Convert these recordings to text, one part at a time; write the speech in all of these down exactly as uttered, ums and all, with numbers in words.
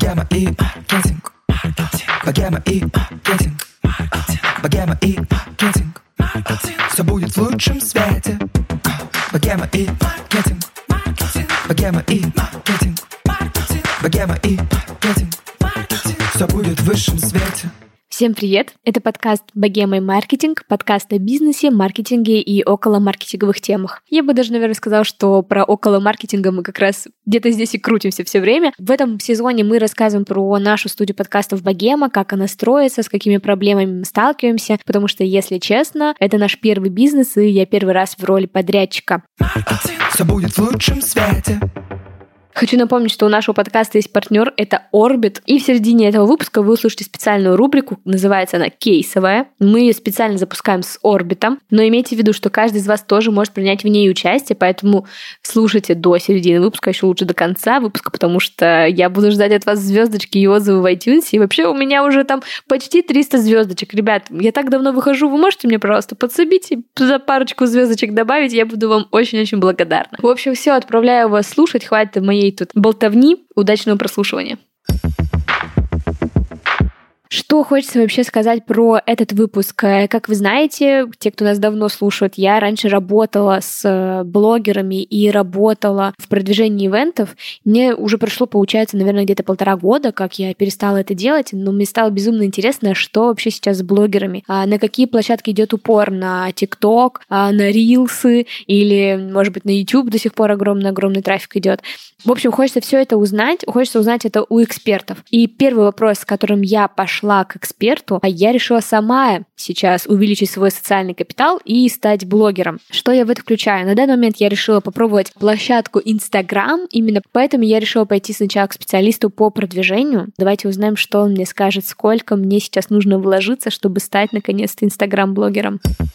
Богема и маркетинг. Богема и маркетинг. Богема и маркетинг. Все будет в лучшем свете. Богема и маркетинг. Богема и маркетинг. Богема и маркетинг. Все будет в высшем свете. Всем привет! Это подкаст «Богема и маркетинг», подкаст о бизнесе, маркетинге и околомаркетинговых темах. Я бы даже, наверное, сказала, что про околомаркетинга мы как раз где-то здесь и крутимся все время. В этом сезоне мы рассказываем про нашу студию подкастов «Богема», как она строится, с какими проблемами мы сталкиваемся, потому что, если честно, это наш первый бизнес, и я первый раз в роли подрядчика. Все будет в лучшем свете. Хочу напомнить, что у нашего подкаста есть партнер, это Orbit. И в середине этого выпуска вы услышите специальную рубрику, называется она «Кейсовая». Мы ее специально запускаем с Orbit, но имейте в виду, что каждый из вас тоже может принять в ней участие, поэтому слушайте до середины выпуска, еще лучше до конца выпуска, потому что я буду ждать от вас звездочки и отзывы в iTunes. И вообще у меня уже там почти триста звездочек. Ребят, я так давно выхожу, вы можете мне, пожалуйста, подсобить и за парочку звездочек добавить, я буду вам очень-очень благодарна. В общем, все, отправляю вас слушать, хватит моей тут болтовни. Удачного прослушивания. Что хочется вообще сказать про этот выпуск? Как вы знаете, те, кто нас давно слушают, я раньше работала с блогерами и работала в продвижении ивентов. Мне уже прошло, получается, наверное, где-то полтора года, как я перестала это делать, но мне стало безумно интересно, что вообще сейчас с блогерами, на какие площадки идет упор, на TikTok, на Рилсы или, может быть, на YouTube до сих пор огромный-огромный трафик идет. В общем, хочется все это узнать, хочется узнать это у экспертов. И первый вопрос, с которым я пошла к эксперту, а я решила сама сейчас увеличить свой социальный капитал и стать блогером. Что я в это включаю? На данный момент я решила попробовать площадку Instagram, именно поэтому я решила пойти сначала к специалисту по продвижению. Давайте узнаем, что он мне скажет, сколько мне сейчас нужно вложиться, чтобы стать наконец-то Instagram-блогером.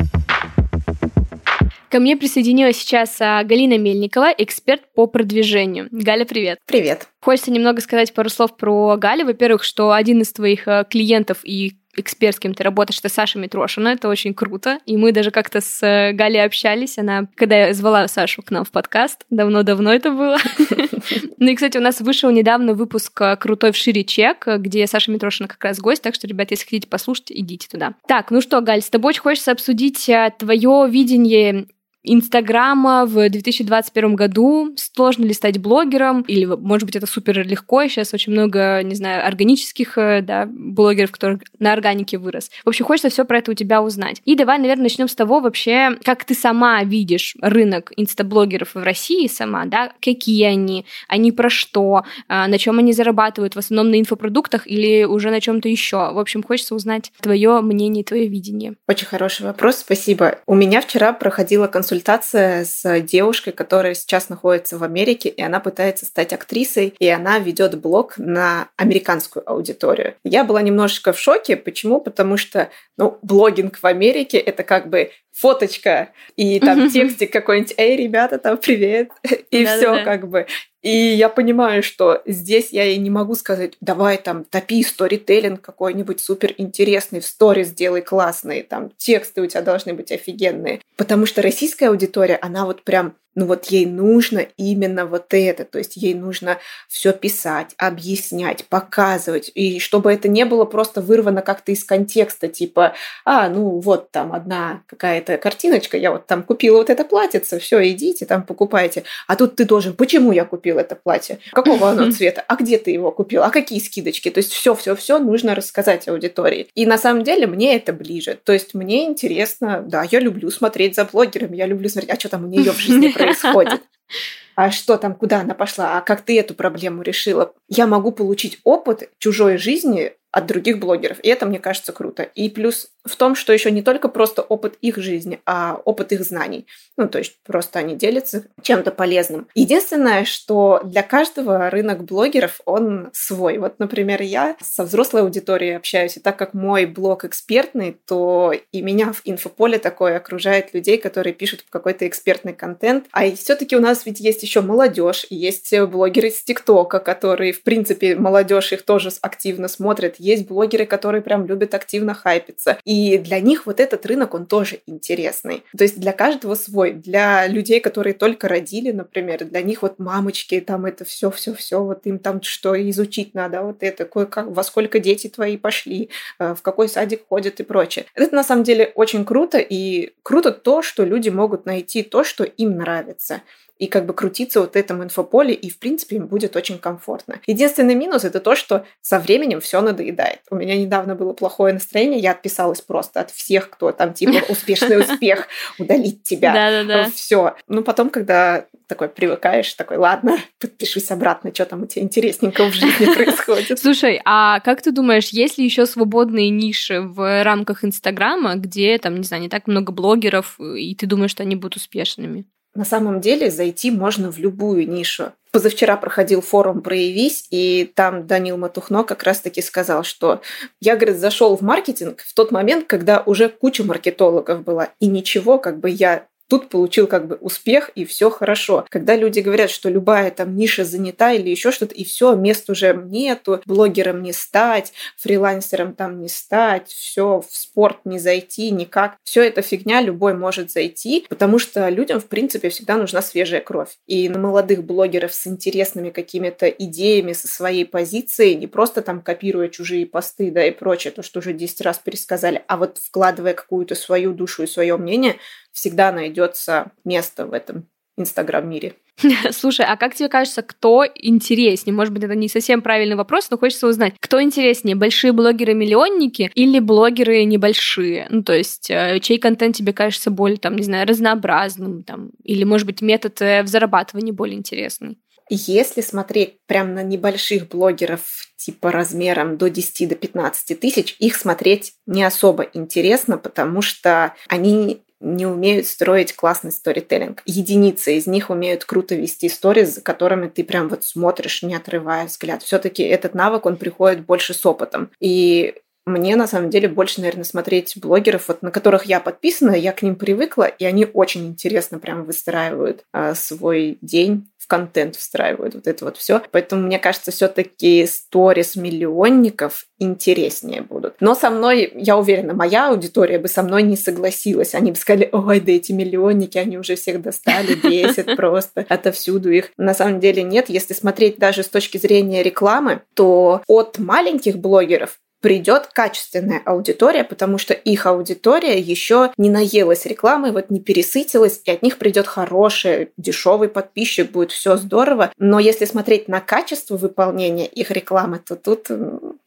Ко мне присоединилась сейчас Галина Мельникова, эксперт по продвижению. Галя, привет. Привет. Хочется немного сказать пару слов про Галю. Во-первых, что один из твоих клиентов и эксперт, с кем ты работаешь, это Саша Митрошина. Это очень круто. И мы даже как-то с Галей общались. Она, когда я звала Сашу к нам в подкаст, давно-давно это было. Ну и, кстати, у нас вышел недавно выпуск «Крутой вшире чек», где Саша Митрошина как раз гость. Так что, ребят, если хотите послушать, идите туда. Так, ну что, Галь, с тобой очень хочется обсудить твое видение Инстаграма в две тысячи двадцать первом году. Сложно ли стать блогером? Или, может быть, это супер легко? Сейчас очень много, не знаю, органических, да, блогеров, которые на органике вырос. В общем, хочется все про это у тебя узнать. И давай, наверное, начнем с того вообще, как ты сама видишь рынок инстаблогеров в России сама, да? Какие они? Они про что? На чем они зарабатывают? В основном на инфопродуктах или уже на чем-то еще? В общем, хочется узнать твое мнение, твое видение. Очень хороший вопрос, спасибо. У меня вчера проходила консультация консультация с девушкой, которая сейчас находится в Америке, и она пытается стать актрисой, и она ведет блог на американскую аудиторию. Я была немножечко в шоке. Почему? Потому что, ну, блогинг в Америке — это как бы фоточка и там текстик какой-нибудь: «Эй, ребята, там привет!» И все как бы. И я понимаю, что здесь я ей не могу сказать: давай там топи сторителлинг какой-нибудь супер интересный, в сторис сделай классные, там тексты у тебя должны быть офигенные. Потому что российская аудитория, она вот прям, ну вот ей нужно именно вот это, то есть ей нужно все писать, объяснять, показывать, и чтобы это не было просто вырвано как-то из контекста, типа: а, ну вот там одна какая-то картиночка, я вот там купила вот это платьице, все, идите там покупайте. А тут ты должен: почему я купил это платье? Какого оно цвета? А где ты его купил? А какие скидочки? То есть все-все-все нужно рассказать аудитории. И на самом деле мне это ближе. То есть мне интересно, да, я люблю смотреть за блогерами, я люблю смотреть, а что там у нее в жизни происходит. А что там, куда она пошла, а как ты эту проблему решила? Я могу получить опыт чужой жизни от других блогеров, и это, мне кажется, круто. И плюс в том, что еще не только просто опыт их жизни, а опыт их знаний. Ну, то есть просто они делятся чем-то полезным. Единственное, что для каждого рынок блогеров, он свой. Вот, например, я со взрослой аудиторией общаюсь, и так как мой блог экспертный, то и меня в инфополе такое окружает людей, которые пишут какой-то экспертный контент. А все-таки у нас нас ведь есть еще молодежь, есть блогеры с ТикТока, которые, в принципе, молодежь их тоже активно смотрит. Есть блогеры, которые прям любят активно хайпиться. И для них вот этот рынок, он тоже интересный. То есть для каждого свой. Для людей, которые только родили, например, для них вот мамочки, там это все, все, все, вот им там что изучить надо, вот это, кое-как, во сколько дети твои пошли, в какой садик ходят и прочее. Это на самом деле очень круто, и круто то, что люди могут найти то, что им нравится. И как бы крутиться вот в этом инфополе, и, в принципе, им будет очень комфортно. Единственный минус – это то, что со временем все надоедает. У меня недавно было плохое настроение, я отписалась просто от всех, кто там типа успешный успех, удалить тебя. Да-да-да. Все. Ну, потом, когда такой привыкаешь, такой, ладно, подпишусь обратно, что там у тебя интересненького в жизни происходит. Слушай, а как ты думаешь, есть ли еще свободные ниши в рамках Инстаграма, где там, не знаю, не так много блогеров, и ты думаешь, что они будут успешными? На самом деле зайти можно в любую нишу. Позавчера проходил форум «Проявись», и там Данил Матухно как раз-таки сказал, что я, говорит, зашел в маркетинг в тот момент, когда уже куча маркетологов была, и ничего, как бы я тут получил как бы успех, и все хорошо. Когда люди говорят, что любая там ниша занята или еще что-то, и все, мест уже нету, блогером не стать, фрилансером там не стать, все, в спорт не зайти никак. Все это фигня, любой может зайти, потому что людям, в принципе, всегда нужна свежая кровь. И на молодых блогеров с интересными какими-то идеями, со своей позицией, не просто там копируя чужие посты, да, и прочее, то, что уже десять раз пересказали, а вот вкладывая какую-то свою душу и свое мнение, всегда найдется место в этом инстаграм-мире. Слушай, а как тебе кажется, кто интереснее? Может быть, это не совсем правильный вопрос, но хочется узнать, кто интереснее, большие блогеры-миллионники или блогеры небольшие? Ну, то есть, чей контент тебе кажется более, там, не знаю, разнообразным, там, или, может быть, метод в зарабатывании более интересный? Если смотреть прям на небольших блогеров типа размером до десяти до пятнадцати тысяч, их смотреть не особо интересно, потому что они не умеют строить классный сторителлинг. Единицы из них умеют круто вести сторис, за которыми ты прям вот смотришь, не отрывая взгляд. Все-таки этот навык, он приходит больше с опытом. И мне, на самом деле, больше, наверное, смотреть блогеров, вот, на которых я подписана, я к ним привыкла, и они очень интересно прям выстраивают а, свой день, в контент встраивают вот это вот все. Поэтому, мне кажется, все-таки сторис миллионников интереснее будут. Но со мной, я уверена, моя аудитория бы со мной не согласилась. Они бы сказали, ой, да эти миллионники, они уже всех достали, бесят просто отовсюду их. На самом деле нет. Если смотреть даже с точки зрения рекламы, то от маленьких блогеров придет качественная аудитория, потому что их аудитория еще не наелась рекламой, вот не пересытилась, и от них придет хороший, дешевый подписчик, будет все здорово. Но если смотреть на качество выполнения их рекламы, то тут угу.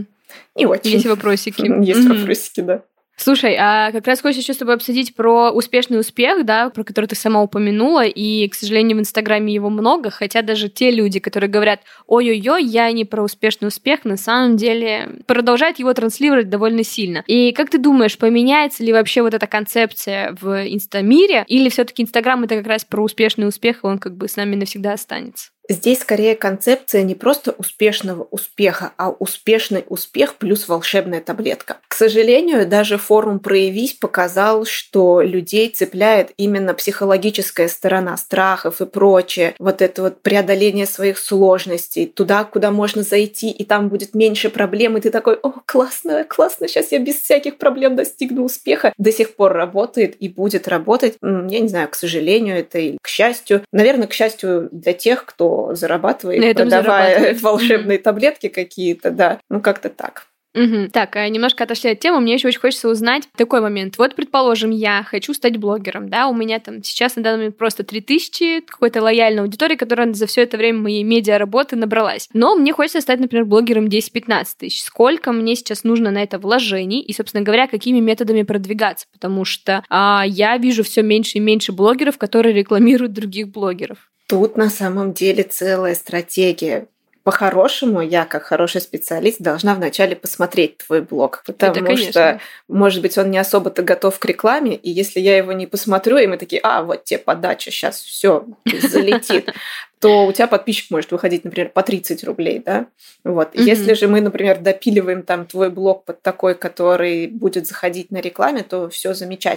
не очень. Есть вопросики. Есть угу. вопросики, да. Слушай, а как раз хочется еще с тобой обсудить про успешный успех, да, про который ты сама упомянула, и, к сожалению, в Инстаграме его много, хотя даже те люди, которые говорят, ой-ой-ой, я не про успешный успех, на самом деле продолжают его транслировать довольно сильно. И как ты думаешь, поменяется ли вообще вот эта концепция в инстамире, или все-таки Инстаграм — это как раз про успешный успех, и он как бы с нами навсегда останется? Здесь скорее концепция не просто успешного успеха, а успешный успех плюс волшебная таблетка. К сожалению, даже форум «Проявись» показал, что людей цепляет именно психологическая сторона страхов и прочее. Вот это вот преодоление своих сложностей, туда, куда можно зайти, и там будет меньше проблем, и ты такой, о, классно, классно, сейчас я без всяких проблем достигну успеха. До сих пор работает и будет работать. Я не знаю, к сожалению, это или к счастью. Наверное, к счастью для тех, кто зарабатывает, продавая волшебные mm-hmm. таблетки какие-то, да. Ну, как-то так. Угу. Так, немножко отошли от темы, мне еще очень хочется узнать такой момент. Вот, предположим, я хочу стать блогером, да, у меня там сейчас на данный момент просто три тысячи какой-то лояльной аудитории, которая за все это время моей медиа-работы набралась. Но мне хочется стать, например, блогером десять-пятнадцать тысяч. Сколько мне сейчас нужно на это вложений и, собственно говоря, какими методами продвигаться? Потому что а, я вижу все меньше и меньше блогеров, которые рекламируют других блогеров. Тут на самом деле целая стратегия. По-хорошему, я, как хороший специалист, должна вначале посмотреть твой блог, потому Это, что, может быть, он не особо-то готов к рекламе, и если я его не посмотрю, и мы такие, а, вот тебе подача, сейчас все залетит, то у тебя подписчик может выходить, например, по тридцать рублей, да? Вот. Mm-hmm. Если же мы, например, допиливаем там твой блог под такой, который будет заходить на рекламе, то все замечательно.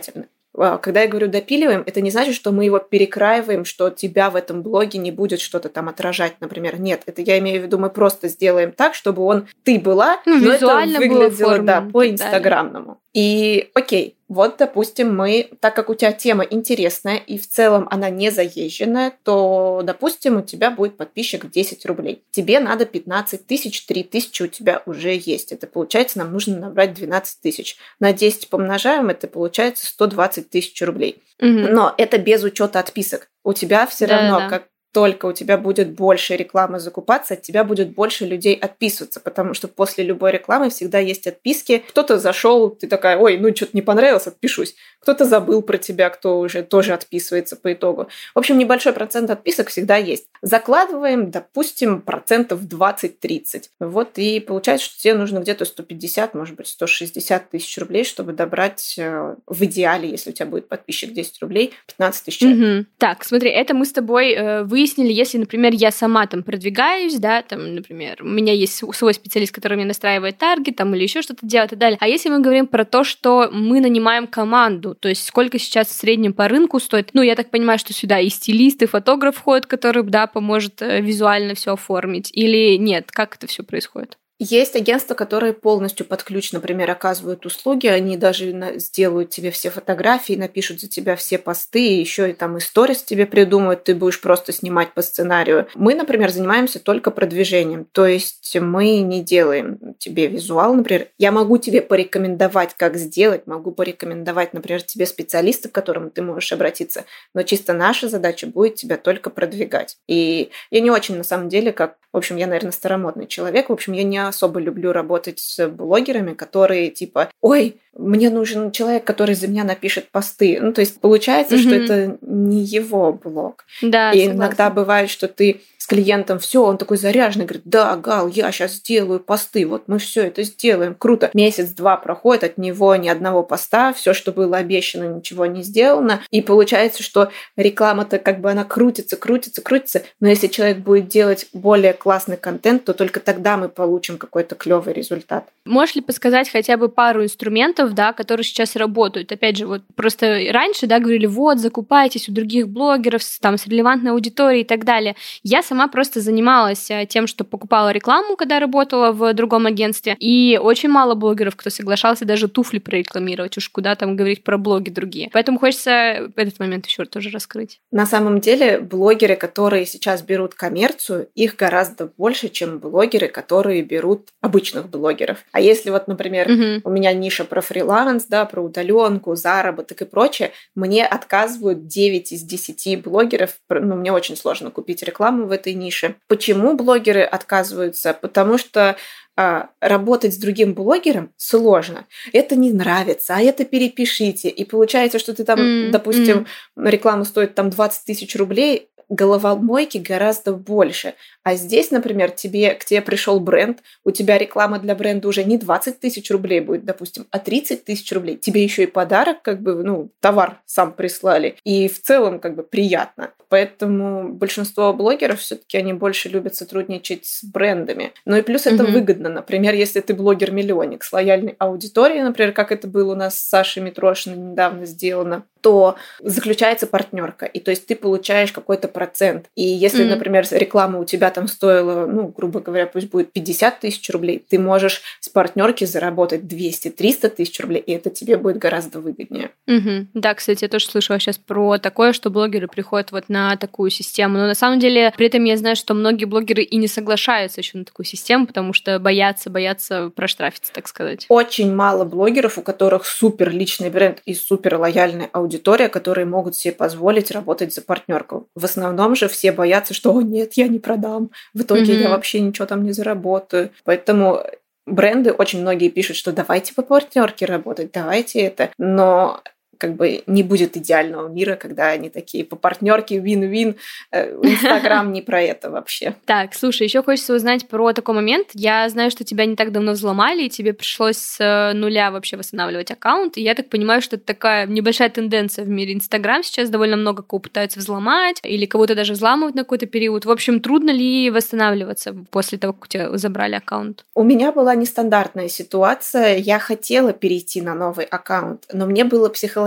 Когда я говорю допиливаем, это не значит, что мы его перекраиваем, что тебя в этом блоге не будет что-то там отражать, например. Нет, это я имею в виду, мы просто сделаем так, чтобы он ты была, ну, но визуально это выглядело да, по инстаграмному. И окей, вот, допустим, мы, так как у тебя тема интересная и в целом она не заезженная, то, допустим, у тебя будет подписчик десять рублей. Тебе надо пятнадцать тысяч, три тысячи у тебя уже есть. Это получается, нам нужно набрать двенадцать тысяч. На десять помножаем, это получается сто двадцать тысяч рублей. Угу. Но это без учета отписок. У тебя все да, равно, да. как только у тебя будет больше рекламы закупаться, от тебя будет больше людей отписываться, потому что после любой рекламы всегда есть отписки. Кто-то зашел, ты такая, ой, ну что-то не понравилось, отпишусь. Кто-то забыл про тебя, кто уже тоже отписывается по итогу. В общем, небольшой процент отписок всегда есть. Закладываем, допустим, процентов двадцать-тридцать. Вот и получается, что тебе нужно где-то сто пятьдесят, может быть, сто шестьдесят тысяч рублей, чтобы добрать в идеале, если у тебя будет подписчик десять рублей, пятнадцать тысяч. Угу. Так, смотри, это мы с тобой э, выяснили, если, например, я сама там продвигаюсь, да, там, например, у меня есть свой специалист, который мне настраивает таргет, там, или еще что-то делает и так далее. А если мы говорим про то, что мы нанимаем команду, то есть сколько сейчас в среднем по рынку стоит, ну, я так понимаю, что сюда и стилист, и фотограф входит, который, да, поможет визуально все оформить, или нет, как это все происходит? Есть агентства, которые полностью под ключ, например, оказывают услуги, они даже сделают тебе все фотографии, напишут за тебя все посты, еще и там и сторис тебе придумают, ты будешь просто снимать по сценарию. Мы, например, занимаемся только продвижением, то есть мы не делаем тебе визуал, например. Я могу тебе порекомендовать, как сделать, могу порекомендовать, например, тебе специалиста, к которому ты можешь обратиться, но чисто наша задача будет тебя только продвигать. И я не очень, на самом деле, как, в общем, я, наверное, старомодный человек, в общем, я не особо люблю работать с блогерами, которые типа, ой, мне нужен человек, который за меня напишет посты. Ну, то есть получается, mm-hmm. что это не его блог. Да, и согласна. иногда бывает, что ты с клиентом все, он такой заряженный, говорит, да, Гал, я сейчас сделаю посты, вот мы все это сделаем, круто. Месяц-два проходит, от него ни одного поста, все, что было обещано, ничего не сделано. И получается, что реклама-то как бы она крутится, крутится, крутится, но если человек будет делать более классный контент, то только тогда мы получим какой-то клевый результат. Можешь ли подсказать хотя бы пару инструментов, да, которые сейчас работают? Опять же, вот просто раньше, да, говорили, вот, закупайтесь у других блогеров, там, с релевантной аудиторией и так далее. Я сама просто занималась тем, что покупала рекламу, когда работала в другом агентстве, и очень мало блогеров, кто соглашался даже туфли прорекламировать, уж куда там говорить про блоги другие. Поэтому хочется этот момент еще тоже раскрыть. На самом деле, блогеры, которые сейчас берут коммерцию, их гораздо больше, чем блогеры, которые берут обычных блогеров. А если вот, например, uh-huh. у меня ниша про фриланс, да, про удаленку, заработок и прочее, мне отказывают девять из десяти блогеров, ну, мне очень сложно купить рекламу в этой нише. Почему блогеры отказываются? Потому что а, работать с другим блогером сложно. Это не нравится, а это перепишите. И получается, что ты там, mm-hmm. допустим, реклама стоит там двадцать тысяч рублей, головомойки гораздо больше. А здесь, например, тебе, к тебе пришел бренд, у тебя реклама для бренда уже не двадцать тысяч рублей будет, допустим, а тридцать тысяч рублей. Тебе еще и подарок, как бы, ну, товар сам прислали. И в целом, как бы, приятно. Поэтому большинство блогеров все-таки они больше любят сотрудничать с брендами. Ну и плюс это mm-hmm. выгодно. Например, если ты блогер-миллионник с лояльной аудиторией, например, как это было у нас с Сашей Митрошиной недавно сделано, то заключается партнерка. И то есть ты получаешь какой-то процент. И если, mm-hmm. например, реклама у тебя там стоила, ну, грубо говоря, пусть будет пятьдесят тысяч рублей, ты можешь с партнерки заработать двести-триста тысяч рублей, и это тебе будет гораздо выгоднее. Угу. Да, кстати, я тоже слышала сейчас про такое, что блогеры приходят вот на такую систему. Но на самом деле, при этом я знаю, что многие блогеры и не соглашаются еще на такую систему, потому что боятся, боятся проштрафиться, так сказать. Очень мало блогеров, у которых супер личный бренд и супер лояльная аудитория, которые могут себе позволить работать за партнерку. В основном же все боятся, что «О, нет, я не продам». В итоге mm-hmm. я вообще ничего там не заработаю. Поэтому бренды очень многие пишут, что давайте по партнерке работать, давайте это. Но как бы не будет идеального мира, когда они такие по партнерке вин-вин. Инстаграм не про это вообще. Так, слушай, еще хочется узнать про такой момент. Я знаю, что тебя не так давно взломали, и тебе пришлось с нуля вообще восстанавливать аккаунт. И я так понимаю, что это такая небольшая тенденция в мире Инстаграм. Сейчас довольно много кого пытаются взломать, или кого-то даже взламывают на какой-то период. В общем, трудно ли восстанавливаться после того, как у тебя забрали аккаунт? У меня была нестандартная ситуация. Я хотела перейти на новый аккаунт, но мне было психологически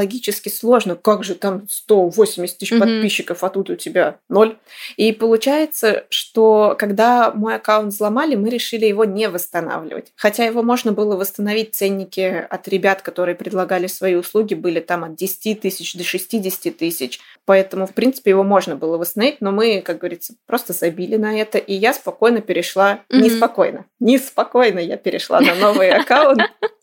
логически сложно. Как же там сто восемьдесят тысяч mm-hmm. подписчиков, а тут у тебя ноль. И получается, что когда мой аккаунт взломали, мы решили его не восстанавливать. Хотя его можно было восстановить, ценники от ребят, которые предлагали свои услуги, были там от десять тысяч до шестьдесят тысяч. Поэтому, в принципе, его можно было восстановить, но мы, как говорится, просто забили на это. И я спокойно перешла... Mm-hmm. Неспокойно. Неспокойно я перешла на новый аккаунт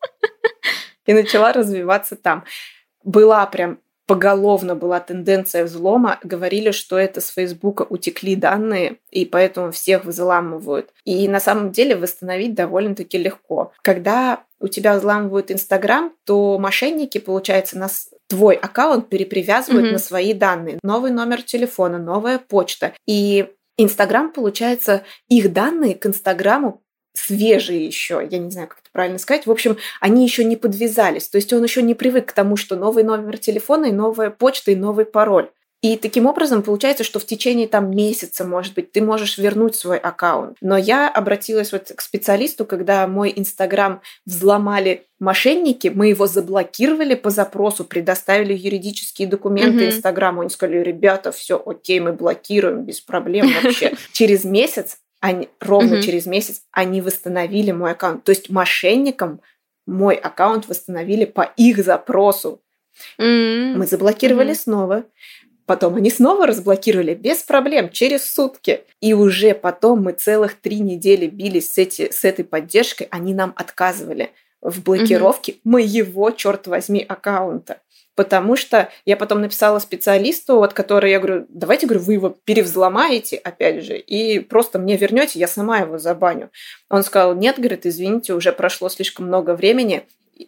и начала развиваться там. Была прям поголовно была тенденция взлома. Говорили, что это с Фейсбука утекли данные, и поэтому всех взламывают. И на самом деле восстановить довольно-таки легко. Когда у тебя взламывают Инстаграм, то мошенники, получается, на твой аккаунт перепривязывают mm-hmm. на свои данные. Новый номер телефона, новая почта. И Инстаграм, получается, их данные к Инстаграму свежие еще, я не знаю, как это правильно сказать. В общем, они еще не подвязались. То есть он еще не привык к тому, что новый номер телефона и новая почта и новый пароль. И таким образом получается, что в течение там месяца, может быть, ты можешь вернуть свой аккаунт. Но я обратилась вот к специалисту, когда мой Инстаграм взломали мошенники, мы его заблокировали по запросу, предоставили юридические документы Инстаграму. Mm-hmm. Они сказали: ребята, все окей, мы блокируем, без проблем вообще. Через месяц, они, ровно mm-hmm. через месяц, они восстановили мой аккаунт. То есть мошенникам мой аккаунт восстановили по их запросу. Mm-hmm. Мы заблокировали mm-hmm. снова. Потом они снова разблокировали без проблем, через сутки. И уже потом мы целых три недели бились с, эти, с этой поддержкой. Они нам отказывали в блокировке mm-hmm. моего, черт возьми, аккаунта. Потому что я потом написала специалисту, вот, который, я говорю, давайте, говорю, вы его перевзломаете, опять же, и просто мне вернете, я сама его забаню. Он сказал: нет, говорит, извините, уже прошло слишком много времени,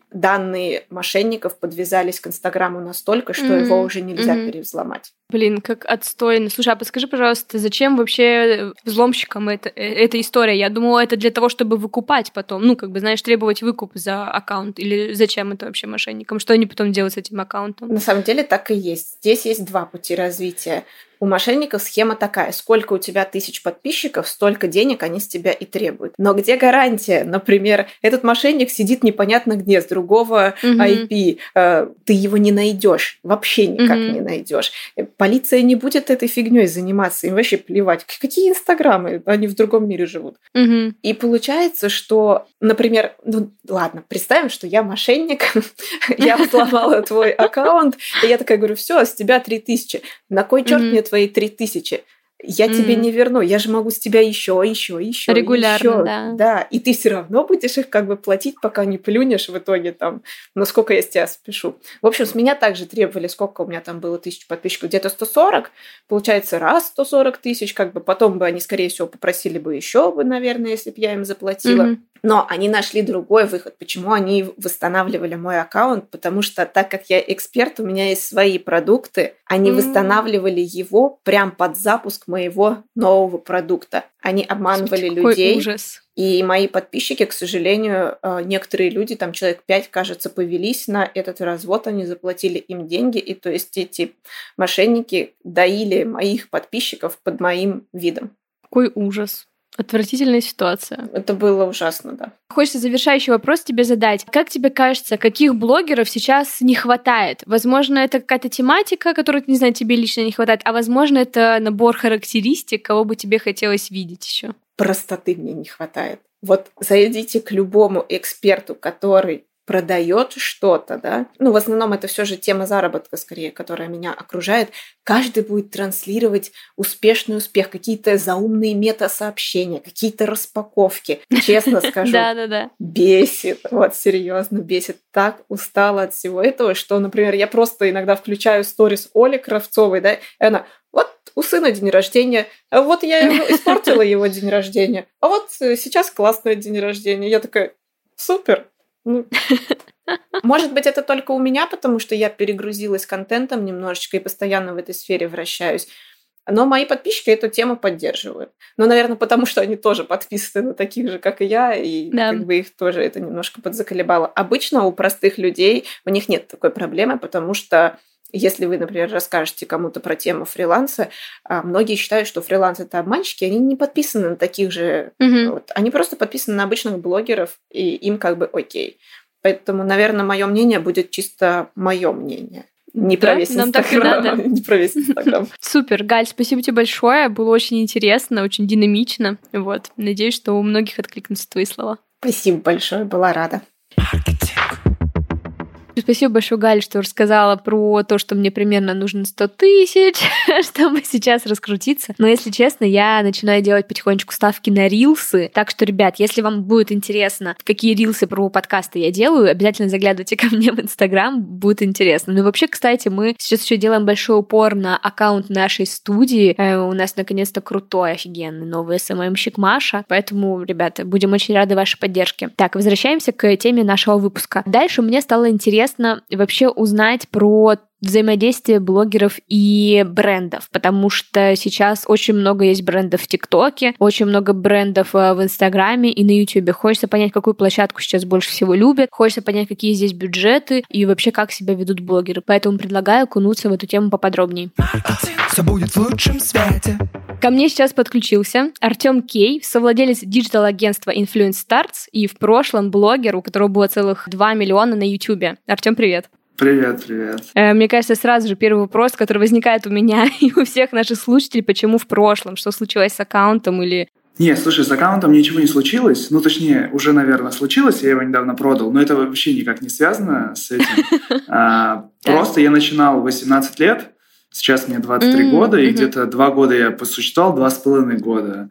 данные мошенников подвязались к Инстаграму настолько, что mm-hmm. его уже нельзя mm-hmm. перевзломать. Блин, как отстойно. Слушай, а подскажи, пожалуйста, зачем вообще взломщикам это, эта история? Я думала, это для того, чтобы выкупать потом. Ну, как бы, знаешь, требовать выкуп за аккаунт. Или зачем это вообще мошенникам? Что они потом делают с этим аккаунтом? На самом деле так и есть. Здесь есть два пути развития. У мошенников схема такая: сколько у тебя тысяч подписчиков, столько денег они с тебя и требуют. Но где гарантия? Например, этот мошенник сидит непонятно где, с другого mm-hmm. ай пи. Ты его не найдешь, вообще никак mm-hmm. не найдешь. Полиция не будет этой фигней заниматься, им вообще плевать. Какие инстаграмы? Они в другом мире живут. Mm-hmm. И получается, что, например, ну ладно, представим, что я мошенник, я взломала твой аккаунт, и я такая говорю: все, с тебя три тысячи. На кой черт мне твои три тысячи? Я mm. тебе не верну, я же могу с тебя еще, еще, еще, регулярно, еще. Да. Да, и ты все равно будешь их как бы платить, пока не плюнешь в итоге там, ну сколько я с тебя спешу. В общем, с меня также требовали, сколько у меня там было тысяч подписчиков, где-то сто сорок, получается, раз сто сорок тысяч, как бы потом бы они, скорее всего, попросили бы еще бы, наверное, если бы я им заплатила. Mm-hmm. Но они нашли другой выход. Почему они восстанавливали мой аккаунт? Потому что, так как я эксперт, у меня есть свои продукты, они mm-hmm. восстанавливали его прям под запуск моего нового продукта. Они обманывали Какой людей. Ужас. И мои подписчики, к сожалению, некоторые люди, там человек пять, кажется, повелись на этот развод, они заплатили им деньги, и то есть эти мошенники доили моих подписчиков под моим видом. Какой ужас. Отвратительная ситуация. Это было ужасно, да. Хочется завершающий вопрос тебе задать. Как тебе кажется, каких блогеров сейчас не хватает? Возможно, это какая-то тематика, которую, не знаю, тебе лично не хватает, а возможно, это набор характеристик, кого бы тебе хотелось видеть еще? Простоты мне не хватает. Вот зайдите к любому эксперту, который продает что-то, да, ну, в основном это все же тема заработка, скорее, которая меня окружает. Каждый будет транслировать успешный успех, какие-то заумные мета-сообщения, какие-то распаковки. Честно скажу, Да-да-да. бесит, вот серьезно бесит. Так устала от всего этого, что, например, я просто иногда включаю сторис Оли Кравцовой, да, и она: вот у сына день рождения, а вот я ему испортила его день рождения, а вот сейчас классный день рождения. Я такая: супер. Ну, может быть, это только у меня, потому что я перегрузилась контентом немножечко и постоянно в этой сфере вращаюсь. Но мои подписчики эту тему поддерживают. Ну, наверное, потому что они тоже подписаны на таких же, как и я, и да. как бы их тоже это немножко подзаколебало. Обычно у простых людей у них нет такой проблемы, потому что если вы, например, расскажете кому-то про тему фриланса, многие считают, что фриланс – это обманщики, они не подписаны на таких же… Mm-hmm. Вот, они просто подписаны на обычных блогеров, и им как бы окей. Поэтому, наверное, мое мнение будет чисто мое мнение. Не про Да, весь нам так и Инстаграм. надо. Не про весь Инстаграм. Супер, Галь, спасибо тебе большое. Было очень интересно, очень динамично. Вот. Надеюсь, что у многих откликнутся твои слова. Спасибо большое, была рада. Спасибо большое, Галя, что рассказала про то, что мне примерно нужно сто тысяч, чтобы сейчас раскрутиться. Но, если честно, я начинаю делать потихонечку ставки на рилсы. Так что, ребят, если вам будет интересно, какие рилсы про подкасты я делаю, обязательно заглядывайте ко мне в Инстаграм, будет интересно. Ну и вообще, кстати, мы сейчас еще делаем большой упор на аккаунт нашей студии. У нас, наконец-то, крутой, офигенный новый эс эм эм-щик Маша. Поэтому, ребята, будем очень рады вашей поддержке. Так, возвращаемся к теме нашего выпуска. Дальше мне стало интересно вообще узнать про взаимодействие блогеров и брендов, потому что сейчас очень много есть брендов в ТикТоке, очень много брендов в Инстаграме и на Ютубе. Хочется понять, какую площадку сейчас больше всего любят, хочется понять, какие здесь бюджеты и вообще, как себя ведут блогеры. Поэтому предлагаю окунуться в эту тему поподробнее. Все будет в лучшем свете. Ко мне сейчас подключился Артем Кей, совладелец диджитал-агентства Influence Starts и в прошлом блогер, у которого было целых два миллиона на Ютубе. Артем, привет. Привет, привет. Мне кажется, сразу же первый вопрос, который возникает у меня и у всех наших слушателей, почему в прошлом? Что случилось с аккаунтом или... Нет, слушай, с аккаунтом ничего не случилось. Ну, точнее, уже, наверное, случилось, я его недавно продал, но это вообще никак не связано с этим. Просто я начинал в восемнадцать лет, сейчас мне двадцать три года, и где-то два года я посуществовал, два с половиной года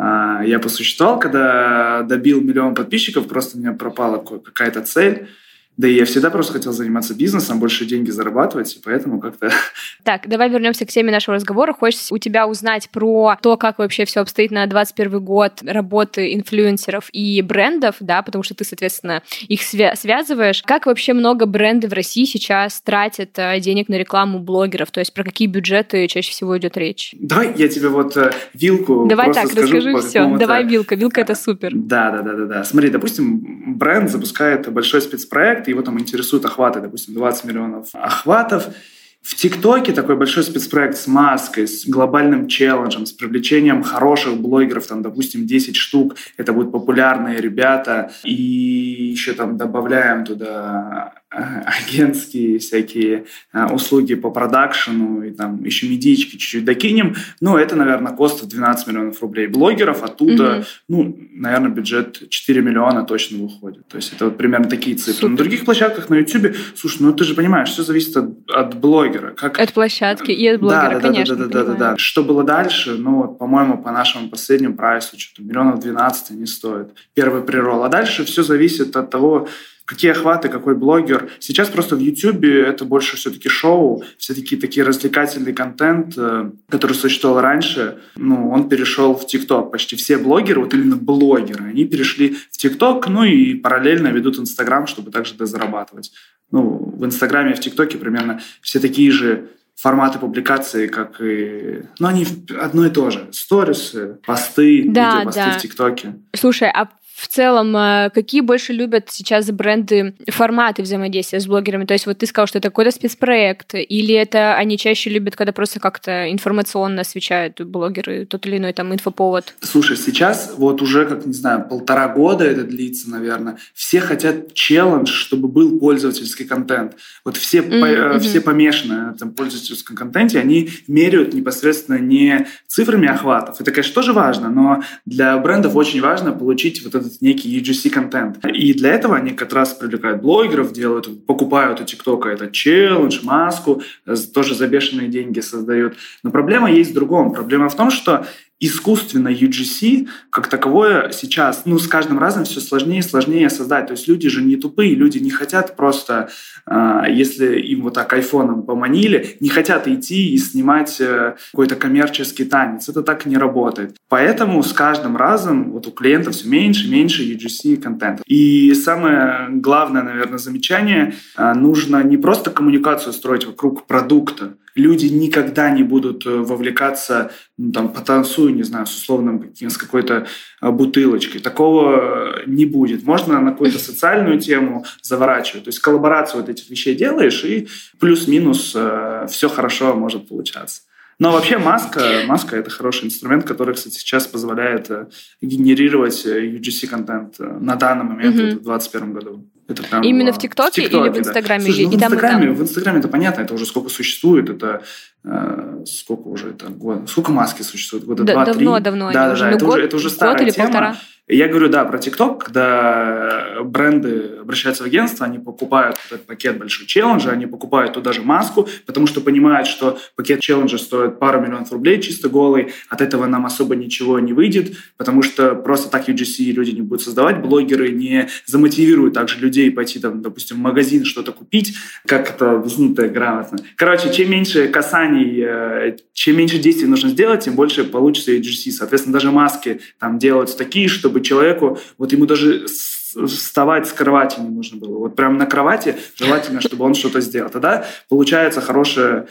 я посуществовал, когда добил миллион подписчиков, просто у меня пропала какая-то цель. Да и я всегда просто хотел заниматься бизнесом, больше деньги зарабатывать, и поэтому как-то... Так, давай вернемся к теме нашего разговора. Хочется у тебя узнать про то, как вообще все обстоит на двадцать первый год работы инфлюенсеров и брендов, да, потому что ты, соответственно, их свя- связываешь. Как вообще много брендов в России сейчас тратят денег на рекламу блогеров? То есть про какие бюджеты чаще всего идет речь? Давай я тебе вот вилку Давай просто так, скажу. расскажи все. Давай вилка. Вилка — это супер. Да, да, да, да, да. Смотри, допустим, бренд запускает большой спецпроект, его там интересуют охваты, допустим, двадцать миллионов охватов. В ТикТоке такой большой спецпроект с маской, с глобальным челленджем, с привлечением хороших блогеров, там, допустим, десять штук. Это будут популярные ребята. И еще там добавляем туда агентские всякие услуги по продакшену, и там еще медички чуть-чуть докинем. Ну, это, наверное, кост двенадцать миллионов рублей. Блогеров оттуда, mm-hmm. ну, наверное, бюджет четыре миллиона точно выходит. То есть это вот примерно такие цифры. Супер. На других площадках на Ютубе, слушай, ну ты же понимаешь, все зависит от, от блогера. Как... От площадки и от блогера, да, да, конечно. Да, да, да, да, да. Что было дальше? Ну, вот, по-моему, по нашему последнему прайсу, что-то миллионов двенадцать они стоят. Первый приролл. А дальше все зависит от того, какие охваты, какой блогер. Сейчас просто в Ютубе это больше все-таки шоу, все-таки такие развлекательный контент, который существовал раньше, ну, он перешел в ТикТок. Почти все блогеры, вот именно блогеры, они перешли в ТикТок, ну и параллельно ведут Инстаграм, чтобы также дозарабатывать. Ну, в Инстаграме и в ТикТоке примерно все такие же форматы публикации, как и... Ну, они одно и то же. Сторисы, посты, да, видеопосты да. в ТикТоке. Слушай, а в целом, какие больше любят сейчас бренды форматы взаимодействия с блогерами? То есть вот ты сказал, что это какой-то спецпроект, или это они чаще любят, когда просто как-то информационно освещают блогеры тот или иной там инфоповод? Слушай, сейчас вот уже, как, не знаю, полтора года это длится, наверное, все хотят челлендж, чтобы был пользовательский контент. Вот все, mm-hmm. по, все помешаны на этом пользовательском контенте, они меряют непосредственно не цифрами охватов. Это, конечно, тоже важно, но для брендов очень важно получить вот этот некий ю джи си-контент. И для этого они как раз привлекают блогеров, делают, покупают у ТикТока этот челлендж, маску, тоже за бешеные деньги создают. Но проблема есть в другом. Проблема в том, что искусственно ю джи си как таковое сейчас, ну, с каждым разом все сложнее и сложнее создать. То есть люди же не тупые, люди не хотят просто, э, если им вот так айфоном поманили, не хотят идти и снимать э, какой-то коммерческий танец. Это так не работает. Поэтому с каждым разом вот у клиентов все меньше и меньше ю джи си-контента. И самое главное, наверное, замечание, э, нужно не просто коммуникацию строить вокруг продукта. Люди никогда не будут вовлекаться, ну, там, потанцуй, не знаю, с условным, с какой-то бутылочкой. Такого не будет. Можно на какую-то социальную тему заворачивать. То есть коллаборацию вот этих вещей делаешь, и плюс-минус э, все хорошо может получаться. Но вообще маска, маска — это хороший инструмент, который, кстати, сейчас позволяет генерировать ю джи си-контент на данный момент, mm-hmm. в двадцать первом году. Это прям, Именно в ТикТоке, в ТикТоке или в Инстаграме? Да. Слушай, или ну, и в, там, Инстаграме, и там? в Инстаграме это понятно, это уже сколько существует, это э, сколько уже это год, сколько маски существует? Года да, два-три? Давно-давно. Да, да, уже. да, Ну, это, год, уже, это уже год старая или тема. Полтора. Я говорю, да, про ТикТок, когда бренды обращаются в агентство, они покупают вот этот пакет большой челленджа, они покупают туда же маску, потому что понимают, что пакет челленджа стоит пару миллионов рублей чисто голый, от этого нам особо ничего не выйдет, потому что просто так ю джи си люди не будут создавать, блогеры не замотивируют также людей пойти, там, допустим, в магазин что-то купить, как это объяснить-то грамотно. Короче, чем меньше касаний, чем меньше действий нужно сделать, тем больше получится ю джи си. Соответственно, даже маски там делаются такие, чтобы человеку, вот ему даже вставать с кровати не нужно было. Вот прямо на кровати желательно, чтобы он что-то сделал. Тогда получается хорошее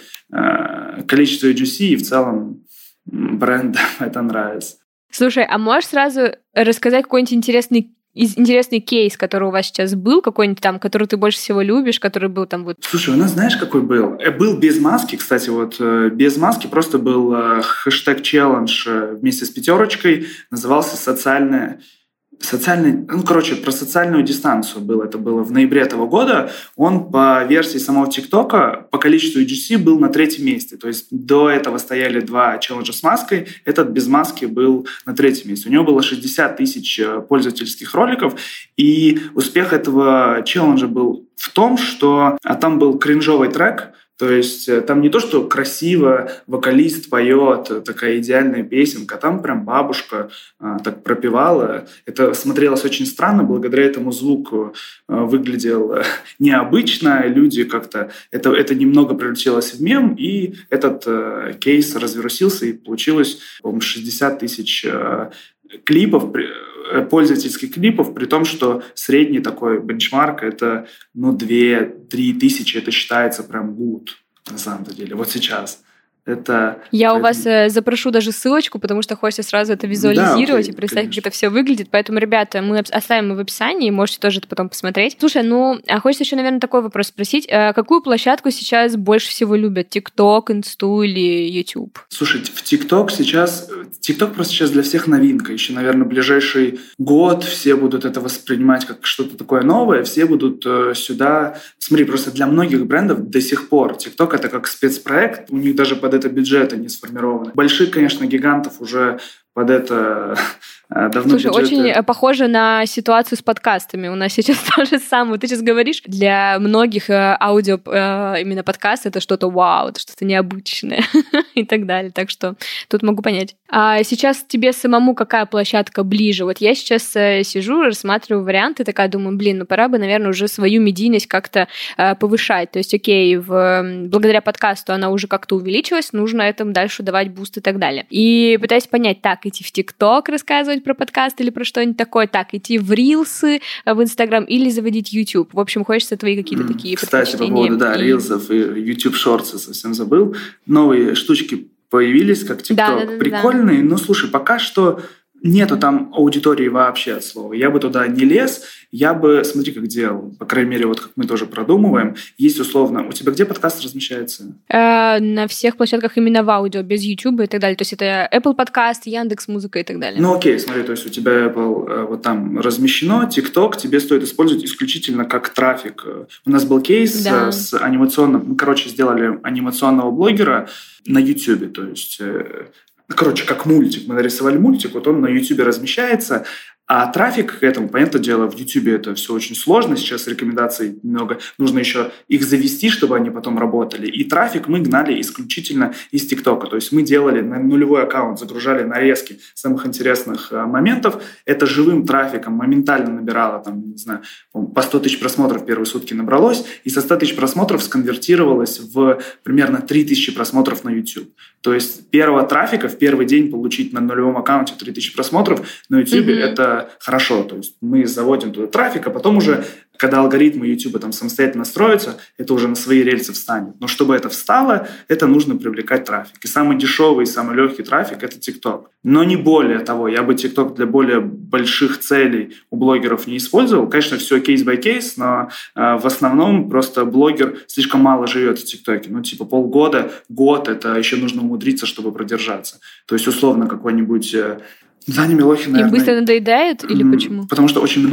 э, количество ю джи си, и в целом брендам это нравится. Слушай, а можешь сразу рассказать какой-нибудь интересный интересный кейс, который у вас сейчас был, какой-нибудь там, который ты больше всего любишь, который был там вот... Слушай, у нас знаешь, какой был? Был без маски, кстати, вот без маски просто был хэштег челлендж вместе с пятерочкой, назывался «Социальная...» Социальный, ну, короче, про социальную дистанцию было. Это было в ноябре этого года. Он по версии самого ТикТока по количеству ю джи си был на третьем месте. То есть до этого стояли два челленджа с маской. Этот без маски был на третьем месте. У него было шестьдесят тысяч пользовательских роликов. И успех этого челленджа был в том, что а там был кринжовый трек. То есть там не то, что красиво вокалист поет, такая идеальная песенка, там прям бабушка а, так пропевала. Это смотрелось очень странно, благодаря этому звуку а, выглядел необычно, люди как-то... Это, это немного превратилось в мем, и этот а, кейс развернулся, и получилось, по-моему, шестьдесят тысяч а, клипов, пользовательских клипов, при том, что средний такой бенчмарк это ну, две-три тысячи, это считается прям good, на самом деле, вот сейчас. Это, Я поэтому... у вас э, запрошу даже ссылочку, потому что хочется сразу это визуализировать, да, окей, и представить, конечно, как это все выглядит. Поэтому, ребята, мы оставим в описании, можете тоже это потом посмотреть. Слушай, ну, а хочется еще, наверное, такой вопрос спросить. А какую площадку сейчас больше всего любят? ТикТок, Инсту или YouTube? Слушай, в ТикТок сейчас... ТикТок просто сейчас для всех новинка. Еще, наверное, ближайший год все будут это воспринимать как что-то такое новое, все будут э, сюда... Смотри, просто для многих брендов до сих пор ТикТок — это как спецпроект, у них даже под это бюджеты не сформированы. Больших, конечно, гигантов уже под это давно Слушай, бюджеты... очень похоже на ситуацию с подкастами. У нас сейчас то же самое. Ты сейчас говоришь, для многих аудио именно подкаст это что-то вау, это что-то необычное и так далее. Так что тут могу понять. А сейчас тебе самому какая площадка ближе? Вот я сейчас сижу, рассматриваю варианты, такая думаю, блин, ну пора бы, наверное, уже свою медийность как-то повышать. То есть, окей, в... благодаря подкасту она уже как-то увеличилась, нужно этому дальше давать буст и так далее. И пытаюсь понять, так, идти в ТикТок рассказывать про подкаст или про что-нибудь такое, так, идти в Рилсы, в Инстаграм или заводить YouTube. В общем, хочется твои какие-то mm, такие кстати, предпочтения. Кстати, по поводу, да, и... Рилсов и YouTube Shorts, совсем забыл. Новые штучки появились, как ТикТок. Да, да, да, прикольные, да. Но, слушай, пока что нету там аудитории вообще от слова. Я бы туда не лез, я бы, смотри, как делал. По крайней мере, вот как мы тоже продумываем. Есть условно... У тебя где подкаст размещается? Э, на всех площадках именно в аудио, без YouTube и так далее. То есть это Apple Podcast, Яндекс.Музыка и так далее. Ну окей, смотри, то есть у тебя Apple э, вот там размещено, TikTok тебе стоит использовать исключительно как трафик. У нас был кейс да. с анимационным... Мы, короче, сделали анимационного блогера на YouTube, то есть... Э, Короче, как мультик. Мы нарисовали мультик, вот он на YouTube размещается, а трафик к этому, понятное дело, в YouTube это все очень сложно, сейчас рекомендаций много, нужно еще их завести, чтобы они потом работали. И трафик мы гнали исключительно из ТикТока, то есть мы делали на нулевой аккаунт, загружали нарезки самых интересных моментов, это живым трафиком моментально набирало, там, не знаю, по сто тысяч просмотров первые сутки набралось, и со ста тысяч просмотров сконвертировалось в примерно три тысячи просмотров на YouTube. То есть первого трафика в первый день получить на нулевом аккаунте три тысячи просмотров на YouTube mm-hmm. это хорошо, то есть мы заводим туда трафик, а потом уже, когда алгоритмы YouTube там самостоятельно строятся, это уже на свои рельсы встанет. Но чтобы это встало, это нужно привлекать трафик. И самый дешевый, самый легкий трафик – это TikTok. Но не более того, я бы TikTok для более больших целей у блогеров не использовал. Конечно, все кейс-бай-кейс, но э, в основном просто блогер слишком мало живет в ТикТоке. Ну, типа полгода, год – это еще нужно умудриться, чтобы продержаться. То есть, условно, какой-нибудь... Э, Даня Милохин, наверное... Им быстро надоедает или почему? Потому что очень много блогеров.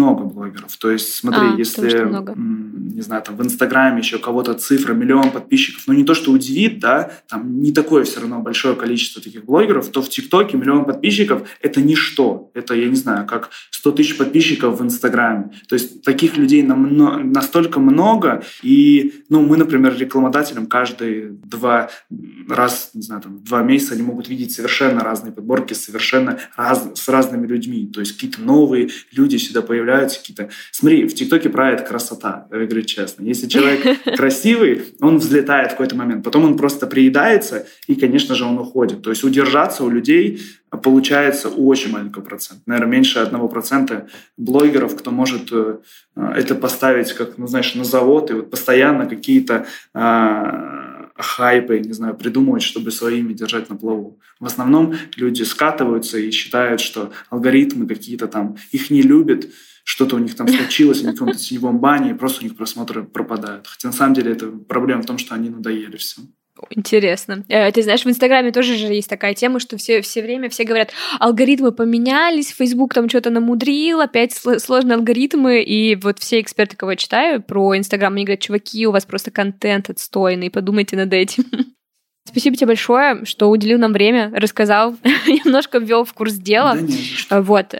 блогеров. То есть, смотри, а, если, не знаю, там в Инстаграме еще кого-то цифра, миллион подписчиков, ну не то, что удивит, да, там не такое все равно большое количество таких блогеров, то в ТикТоке миллион подписчиков – это ничто. Это, я не знаю, как сто тысяч подписчиков в Инстаграме. То есть таких людей нам настолько много, и, ну, мы, например, рекламодателям каждые два раз, не знаю, там, два месяца они могут видеть совершенно разные подборки, совершенно раз, с разными людьми. То есть какие-то новые люди сюда появляются, какие-то... Смотри, в ТикТоке правит красота, я говорю честно. Если человек красивый, он взлетает в какой-то момент, потом он просто приедается, и, конечно же, он уходит. То есть удержаться у людей получается очень маленький процент. Наверное, меньше одного процента блогеров, кто может это поставить, как, ну, знаешь, на завод, и вот постоянно какие-то а, хайпы, не знаю, придумывать, чтобы своими держать на плаву. В основном люди скатываются и считают, что алгоритмы какие-то там их не любят, что-то у них там случилось, они в каком-то теневом бане, и просто у них просмотры пропадают. Хотя на самом деле это проблема в том, что они надоели всем. Интересно. Ты знаешь, в Инстаграме тоже же есть такая тема, что все, все время все говорят, алгоритмы поменялись, Facebook там что-то намудрил, опять сложные алгоритмы, и вот все эксперты, кого я читаю про Инстаграм, они говорят, чуваки, у вас просто контент отстойный, подумайте над этим. Спасибо тебе большое, что уделил нам время, рассказал, немножко ввел в курс дела. Да нет, вот.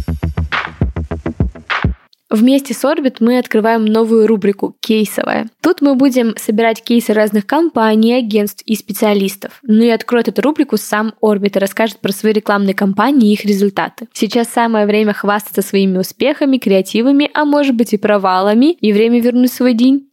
Вместе с Orbit мы открываем новую рубрику «Кейсовая». Тут мы будем собирать кейсы разных компаний, агентств и специалистов. Ну и откроет эту рубрику сам Orbit и расскажет про свои рекламные кампании и их результаты. Сейчас самое время хвастаться своими успехами, креативами, а может быть и провалами, и время вернуть свой день.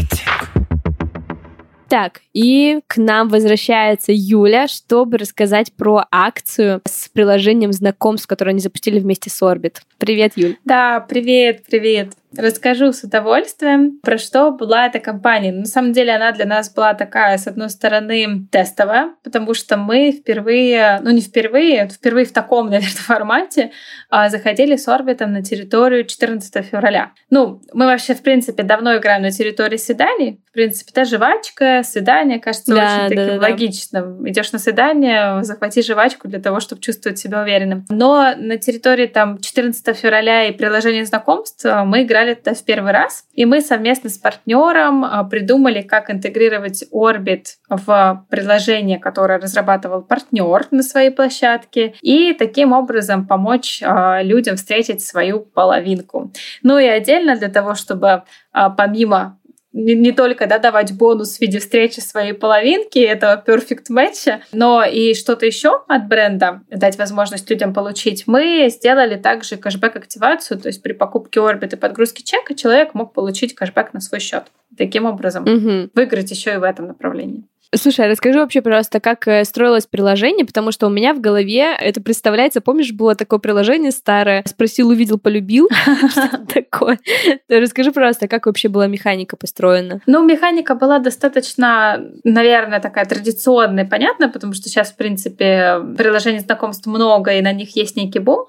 Так, и к нам возвращается Юля, чтобы рассказать про акцию с приложением знакомств, которое они запустили вместе с Orbit. Привет, Юль. Да, привет, привет. Расскажу с удовольствием, про что была эта компания. На самом деле она для нас была такая, с одной стороны, тестовая, потому что мы впервые, ну не впервые, впервые в таком, наверное, формате заходили с Орбитом на территорию четырнадцатого февраля. Ну, мы вообще, в принципе, давно играем на территории свиданий. В принципе, та жвачка, свидание, кажется, да, очень да, таким да, логичным. Да. Идешь на свидание, захвати жвачку для того, чтобы чувствовать себя уверенным. Но на территории там четырнадцатого февраля и приложения знакомств мы играли это в первый раз. И мы совместно с партнером придумали, как интегрировать Orbit в приложение, которое разрабатывал партнер на своей площадке, и таким образом помочь людям встретить свою половинку. Ну и отдельно для того, чтобы помимо не, не только да, давать бонус в виде встречи своей половинки, этого perfect match, но и что-то еще от бренда, дать возможность людям получить, мы сделали также кэшбэк-активацию, то есть при покупке Orbit и подгрузке чека человек мог получить кэшбэк на свой счет. Таким образом, угу. выиграть еще и в этом направлении. Слушай, а расскажи вообще, пожалуйста, как строилось приложение, потому что у меня в голове это представляется, помнишь, было такое приложение старое, спросил, увидел, полюбил, что такое. Расскажи, пожалуйста, как вообще была механика построена? Ну, механика была достаточно, наверное, такая традиционная, понятная, потому что сейчас, в принципе, приложений знакомств много, и на них есть некий бум,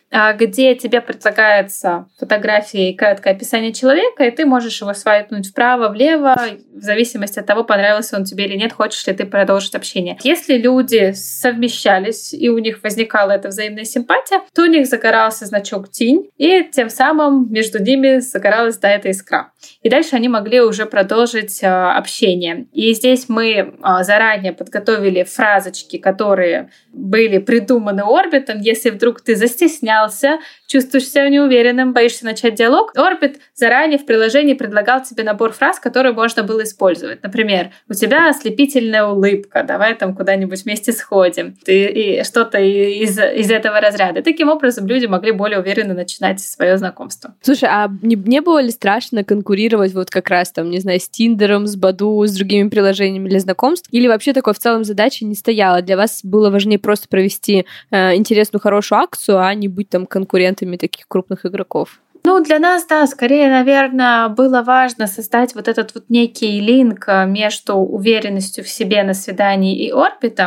где тебе предлагается фотография и краткое описание человека, и ты можешь его свайпнуть вправо, влево, в зависимости от того, понравился он тебе или нет, хочешь ли ты продолжить общение. Если люди совмещались, и у них возникала эта взаимная симпатия, то у них загорался значок тень, и тем самым между ними загоралась, да, эта искра. И дальше они могли уже продолжить а, общение. И здесь мы а, заранее подготовили фразочки, которые были придуманы Орбитом. Если вдруг ты застеснялся, чувствуешь себя неуверенным, боишься начать диалог, Orbit заранее в приложении предлагал тебе набор фраз, которые можно было использовать. Например, у тебя ослепительная улыбка, давай там куда-нибудь вместе сходим. Ты, и что-то из, из этого разряда. И таким образом люди могли более уверенно начинать свое знакомство. Слушай, а не, не было ли страшно конкурировать вот как раз там, не знаю, с Тиндером, с Баду, с другими приложениями для знакомств? Или вообще такой в целом задачи не стояла? Для вас было важнее просто провести э, интересную, хорошую акцию, а не быть там конкурентами таких крупных игроков? Ну, для нас, да, скорее, наверное, было важно создать вот этот вот некий линк между уверенностью в себе на свидании и Орбитом.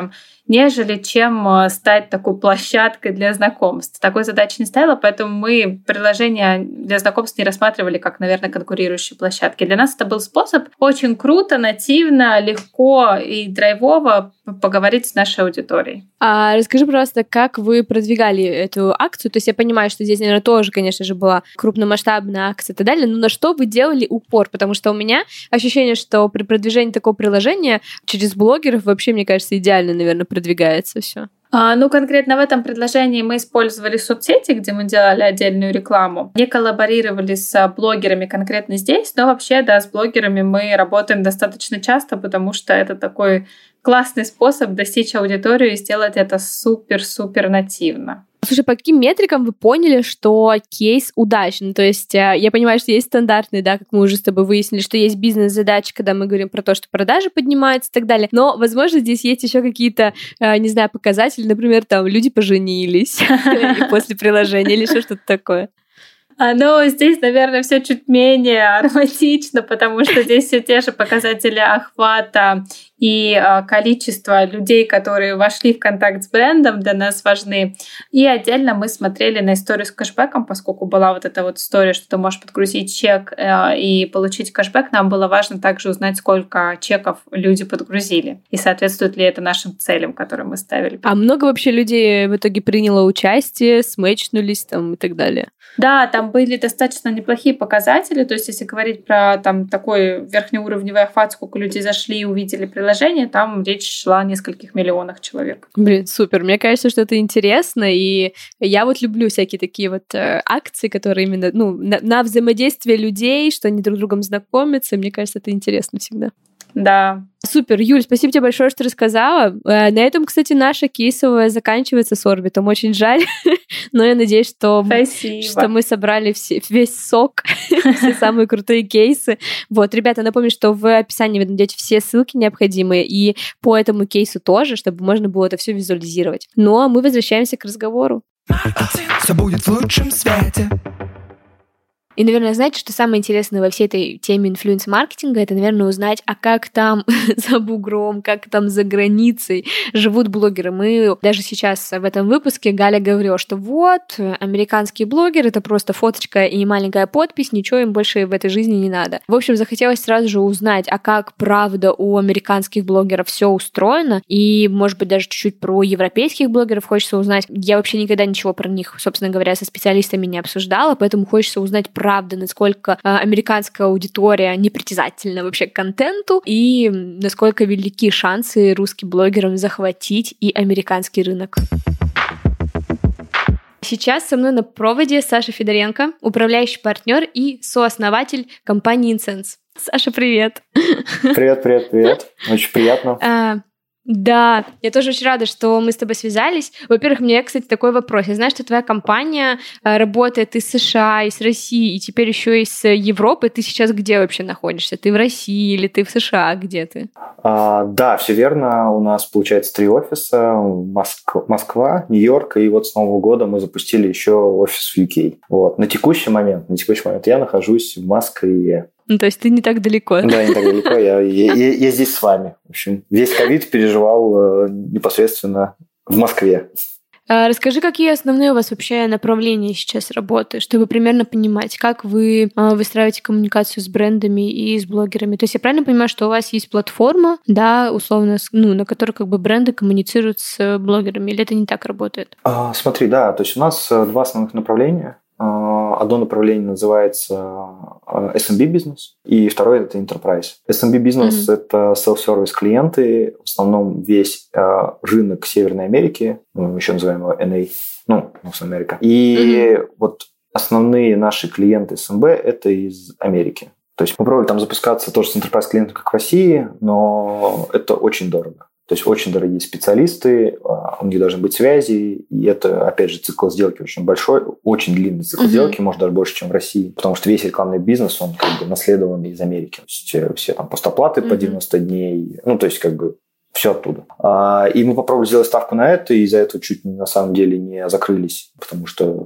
нежели чем стать такой площадкой для знакомств. Такой задачи не ставила, поэтому мы приложения для знакомств не рассматривали как, наверное, конкурирующие площадки. Для нас это был способ очень круто, нативно, легко и драйвово поговорить с нашей аудиторией. А расскажи, пожалуйста, как вы продвигали эту акцию? То есть я понимаю, что здесь, наверное, тоже, конечно же, была крупномасштабная акция и так далее, но на что вы делали упор? Потому что у меня ощущение, что при продвижении такого приложения через блогеров вообще, мне кажется, идеально, наверное, продвигается все. А, ну, конкретно в этом предложении мы использовали соцсети, где мы делали отдельную рекламу. Не коллаборировали с блогерами конкретно здесь, но вообще, да, с блогерами мы работаем достаточно часто, потому что это такой классный способ достичь аудиторию и сделать это супер-супер нативно. Слушай, по каким метрикам вы поняли, что кейс удачен? То есть я понимаю, что есть стандартные, да, как мы уже с тобой выяснили, что есть бизнес-задачи, когда мы говорим про то, что продажи поднимаются и так далее. Но, возможно, здесь есть еще какие-то, не знаю, показатели, например, там люди поженились после приложения или что-то такое. Ну, здесь, наверное, все чуть менее романтично, потому что здесь все те же показатели охвата и э, количество людей, которые вошли в контакт с брендом, для нас важны. И отдельно мы смотрели на историю с кэшбэком, поскольку была вот эта вот история, что ты можешь подгрузить чек э, и получить кэшбэк. Нам было важно также узнать, сколько чеков люди подгрузили и соответствует ли это нашим целям, которые мы ставили. А много вообще людей в итоге приняло участие, сметчнулись там и так далее? Да, там были достаточно неплохие показатели. То есть, если говорить про там такой верхнеуровневый охват, сколько людей зашли и увидели приложение, там речь шла о нескольких миллионах человек. Блин, супер. Мне кажется, что это интересно, и я вот люблю всякие такие вот э, акции, которые именно ну, на, на взаимодействие людей, что они друг с другом знакомятся. Мне кажется, это интересно всегда. Да. Супер. Юль, спасибо тебе большое, что рассказала. На этом, кстати, наша кейсовая заканчивается с Орбитом. Очень жаль, но я надеюсь, что, что мы собрали все, весь сок, все самые крутые кейсы. Вот, ребята, напомню, что в описании вы найдете все ссылки необходимые и по этому кейсу тоже, чтобы можно было это все визуализировать. Ну, а мы возвращаемся к разговору. Все будет в лучшем свете. И, наверное, знаете, что самое интересное во всей этой теме инфлюенс-маркетинга, это, наверное, узнать, а как там за бугром, как там за границей живут блогеры. Мы даже сейчас в этом выпуске Галя говорила, что вот, американские блогеры — это просто фоточка и маленькая подпись, ничего им больше в этой жизни не надо. В общем, захотелось сразу же узнать, а как правда у американских блогеров все устроено, и, может быть, даже чуть-чуть про европейских блогеров хочется узнать. Я вообще никогда ничего про них, собственно говоря, со специалистами не обсуждала, поэтому хочется узнать правда, насколько э, американская аудитория непритязательна вообще к контенту и насколько велики шансы русским блогерам захватить и американский рынок. Сейчас со мной на проводе Саша Федоренко, управляющий партнер и сооснователь компании InSense. Саша, привет! Привет, привет, привет. Очень приятно. Да, я тоже очень рада, что мы с тобой связались. Во-первых, у меня, кстати, такой вопрос. Я знаю, что твоя компания работает и с США, и с Россией, и теперь еще и с Европой. Ты сейчас где вообще находишься? Ты в России или ты в США? Где ты? А, да, все верно. У нас, получается, три офиса. Моск... Москва, Нью-Йорк, и вот с Нового года мы запустили еще офис в ю кей. Вот. На текущий момент, на текущий момент я нахожусь в Москве. Ну, то есть ты не так далеко. Да, не так далеко. Я, я, я, я здесь с вами. В общем, весь ковид переживал э, непосредственно в Москве. А расскажи, какие основные у вас вообще направления сейчас работы, чтобы примерно понимать, как вы э, выстраиваете коммуникацию с брендами и с блогерами. То есть я правильно понимаю, что у вас есть платформа, да, условно, ну, на которой как бы бренды коммуницируют с блогерами, или это не так работает? А, смотри, да, то есть у нас два основных направления. Одно направление называется эс эм би бизнес, и второе – это enterprise. эс эм би бизнес mm-hmm. – это self-service клиенты, в основном весь рынок Северной Америки, еще называемого эн эй, ну, North America. И mm-hmm. вот основные наши клиенты эс эм би – это из Америки. То есть мы пробовали там запускаться тоже с enterprise клиентами, как в России, но это очень дорого. То есть очень дорогие специалисты, у них должны быть связи, и это, опять же, цикл сделки очень большой, очень длинный цикл mm-hmm. сделки, может, даже больше, чем в России, потому что весь рекламный бизнес, он как бы наследован из Америки. То есть все там постоплаты mm-hmm. по девяносто дней, ну, то есть как бы все оттуда. И мы попробовали сделать ставку на это, и из-за этого чуть на самом деле не закрылись, потому что ну,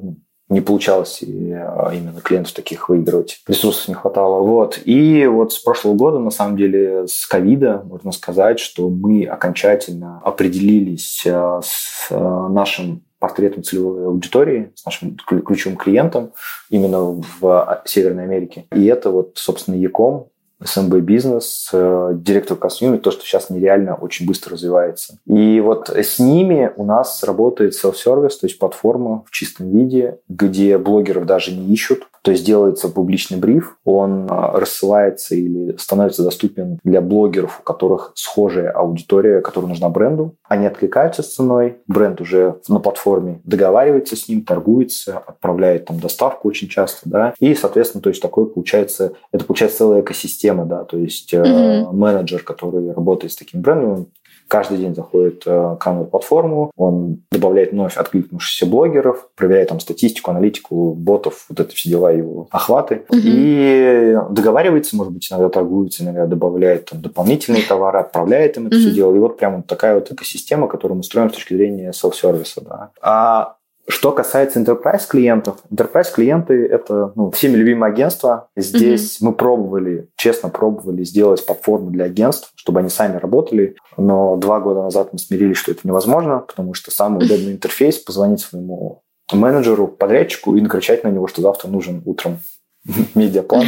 не получалось именно клиентов таких выигрывать. Ресурсов не хватало. Вот. И вот с прошлого года, на самом деле, с ковида, можно сказать, что мы окончательно определились с нашим портретом целевой аудитории, с нашим ключевым клиентом именно в Северной Америке. И это вот, собственно, e-com, эс эм би бизнес, директор Customer, то, что сейчас нереально очень быстро развивается. И вот с ними у нас работает self-service, то есть платформа в чистом виде, где блогеров даже не ищут. То есть делается публичный бриф, он рассылается или становится доступен для блогеров, у которых схожая аудитория, которая нужна бренду. Они откликаются с ценой, бренд уже на платформе договаривается с ним, торгуется, отправляет там доставку очень часто, да, и, соответственно, то есть такой получается, это получается целая экосистема, да, то есть mm-hmm. менеджер, который работает с таким брендом, он каждый день заходит к нам на платформу, он добавляет вновь откликнувшихся блогеров, проверяет там статистику, аналитику, ботов, вот это все дела, его охваты. Mm-hmm. И договаривается, может быть, иногда торгуется, иногда добавляет там дополнительные товары, отправляет им это mm-hmm. все дело. И вот прям вот такая вот экосистема, которую мы строим с точки зрения селф-сервиса. Да. А что касается enterprise клиентов, enterprise клиенты это ну, всеми любимые агентства. Здесь mm-hmm. мы пробовали, честно пробовали сделать платформу для агентств, чтобы они сами работали. Но два года назад мы смирились, что это невозможно, потому что самый удобный интерфейс — позвонить своему менеджеру, подрядчику и накричать на него, что завтра нужен утром медиаплан.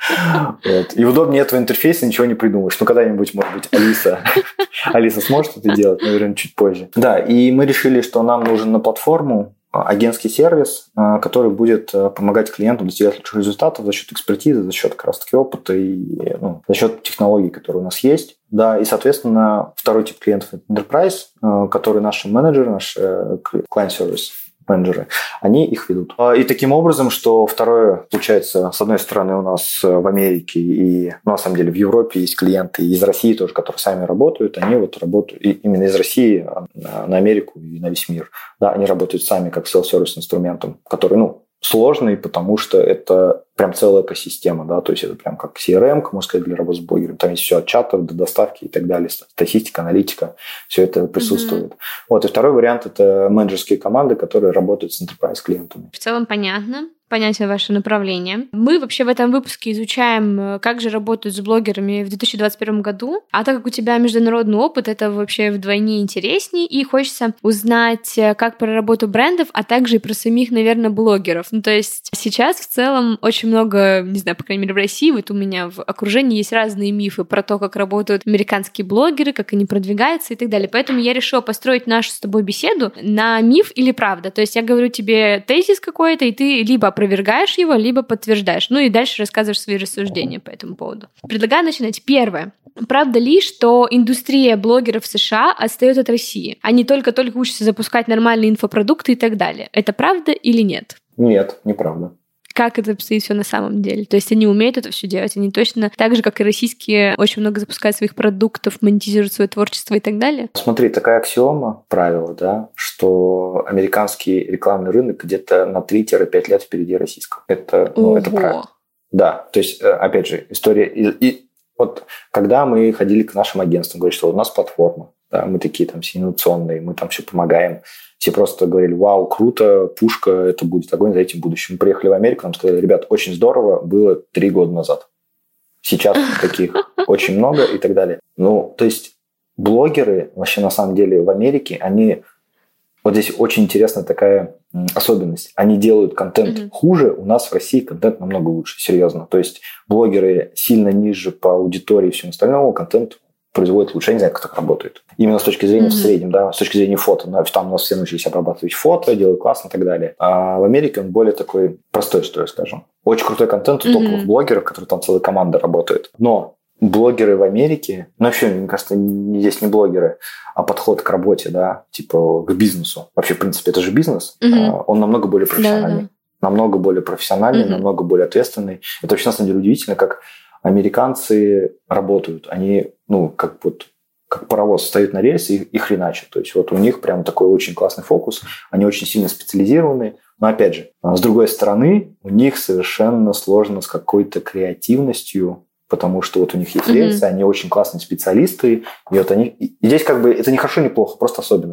Вот. И удобнее этого интерфейса ничего не придумаешь. Ну, когда-нибудь, может быть, Алиса, Алиса сможет это делать, наверное, чуть позже. Да, и мы решили, что нам нужен на платформу агентский сервис, который будет помогать клиентам достигать лучших результатов за счет экспертизы, за счет как раз-таки опыта и ну, за счет технологий, которые у нас есть. Да, и, соответственно, второй тип клиентов – это Enterprise, который наши менеджеры, наши client-service менеджеры, они их ведут. И таким образом, что второе, получается, с одной стороны, у нас в Америке и, ну, на самом деле, в Европе есть клиенты из России тоже, которые сами работают, они вот работают и именно из России на Америку и на весь мир. Да, они работают сами как self-service инструментом, который, ну, сложный, потому что это прям целая экосистема, да, то есть это прям как си эр эм, можно сказать, для работы с блогером. Там есть все от чатов до доставки и так далее, статистика, аналитика, все это присутствует. Mm-hmm. Вот, и второй вариант – это менеджерские команды, которые работают с enterprise клиентами. В целом понятно. Понятие ваше направление. Мы вообще в этом выпуске изучаем, как же работают с блогерами в две тысячи двадцать первом году. А так как у тебя международный опыт, это вообще вдвойне интересней. И хочется узнать, как про работу брендов, а также и про самих, наверное, блогеров. Ну, то есть сейчас в целом очень много, не знаю, по крайней мере, в России, вот у меня в окружении есть разные мифы про то, как работают американские блогеры, как они продвигаются и так далее. Поэтому я решила построить нашу с тобой беседу на миф или правда. То есть я говорю тебе тезис какой-то, и ты либо опровергаешь его, либо подтверждаешь. Ну и дальше рассказываешь свои рассуждения по этому поводу. Предлагаю начинать. Первое. Правда ли, что индустрия блогеров в США отстает от России? Они только-только учатся запускать нормальные инфопродукты и так далее. Это правда или нет? Нет, неправда. Как это обстоит все на самом деле? То есть они умеют это все делать, они точно так же, как и российские, очень много запускают своих продуктов, монетизируют свое творчество и так далее? Смотри, такая аксиома, правило, да, что американский рекламный рынок где-то на три-пять лет впереди российского. Это, ну, это правильно. Да, то есть, опять же, история... И, и вот когда мы ходили к нашим агентствам, говорили, что у нас платформа, да, мы такие там все инновационные, мы там все помогаем. Все просто говорили: вау, круто, пушка, это будет огонь за этим будущим. Мы приехали в Америку, нам сказали: ребят, очень здорово, было три года назад. Сейчас таких очень много и так далее. Ну, то есть блогеры вообще на самом деле в Америке, они... Вот здесь очень интересная такая особенность. Они делают контент mm-hmm. хуже, у нас в России контент намного лучше, серьезно. То есть блогеры сильно ниже по аудитории и всему остальному, контент производит лучше. Я не знаю, как так работает. Именно с точки зрения mm-hmm. в среднем, да, с точки зрения фото. Там у нас все научились обрабатывать фото, делать классно и так далее. А в Америке он более такой простой, что я скажу. Очень крутой контент у топовых mm-hmm. блогеров, которые там целая команда работает. Но блогеры в Америке, ну вообще, мне кажется, здесь не блогеры, а подход к работе, да, типа к бизнесу. Вообще, в принципе, это же бизнес. Mm-hmm. Он намного более профессиональный. Да-да. Намного более профессиональный, mm-hmm. намного более ответственный. Это вообще, на самом деле, удивительно, как американцы работают. Они, ну, как вот как паровоз стоит на рельсе и, и хреначат. То есть вот у них прям такой очень классный фокус. Они очень сильно специализированы. Но опять же, с другой стороны, у них совершенно сложно с какой-то креативностью, потому что вот у них есть рельсы, mm-hmm. они очень классные специалисты. И вот они... И здесь как бы это не хорошо, не плохо, просто особенность.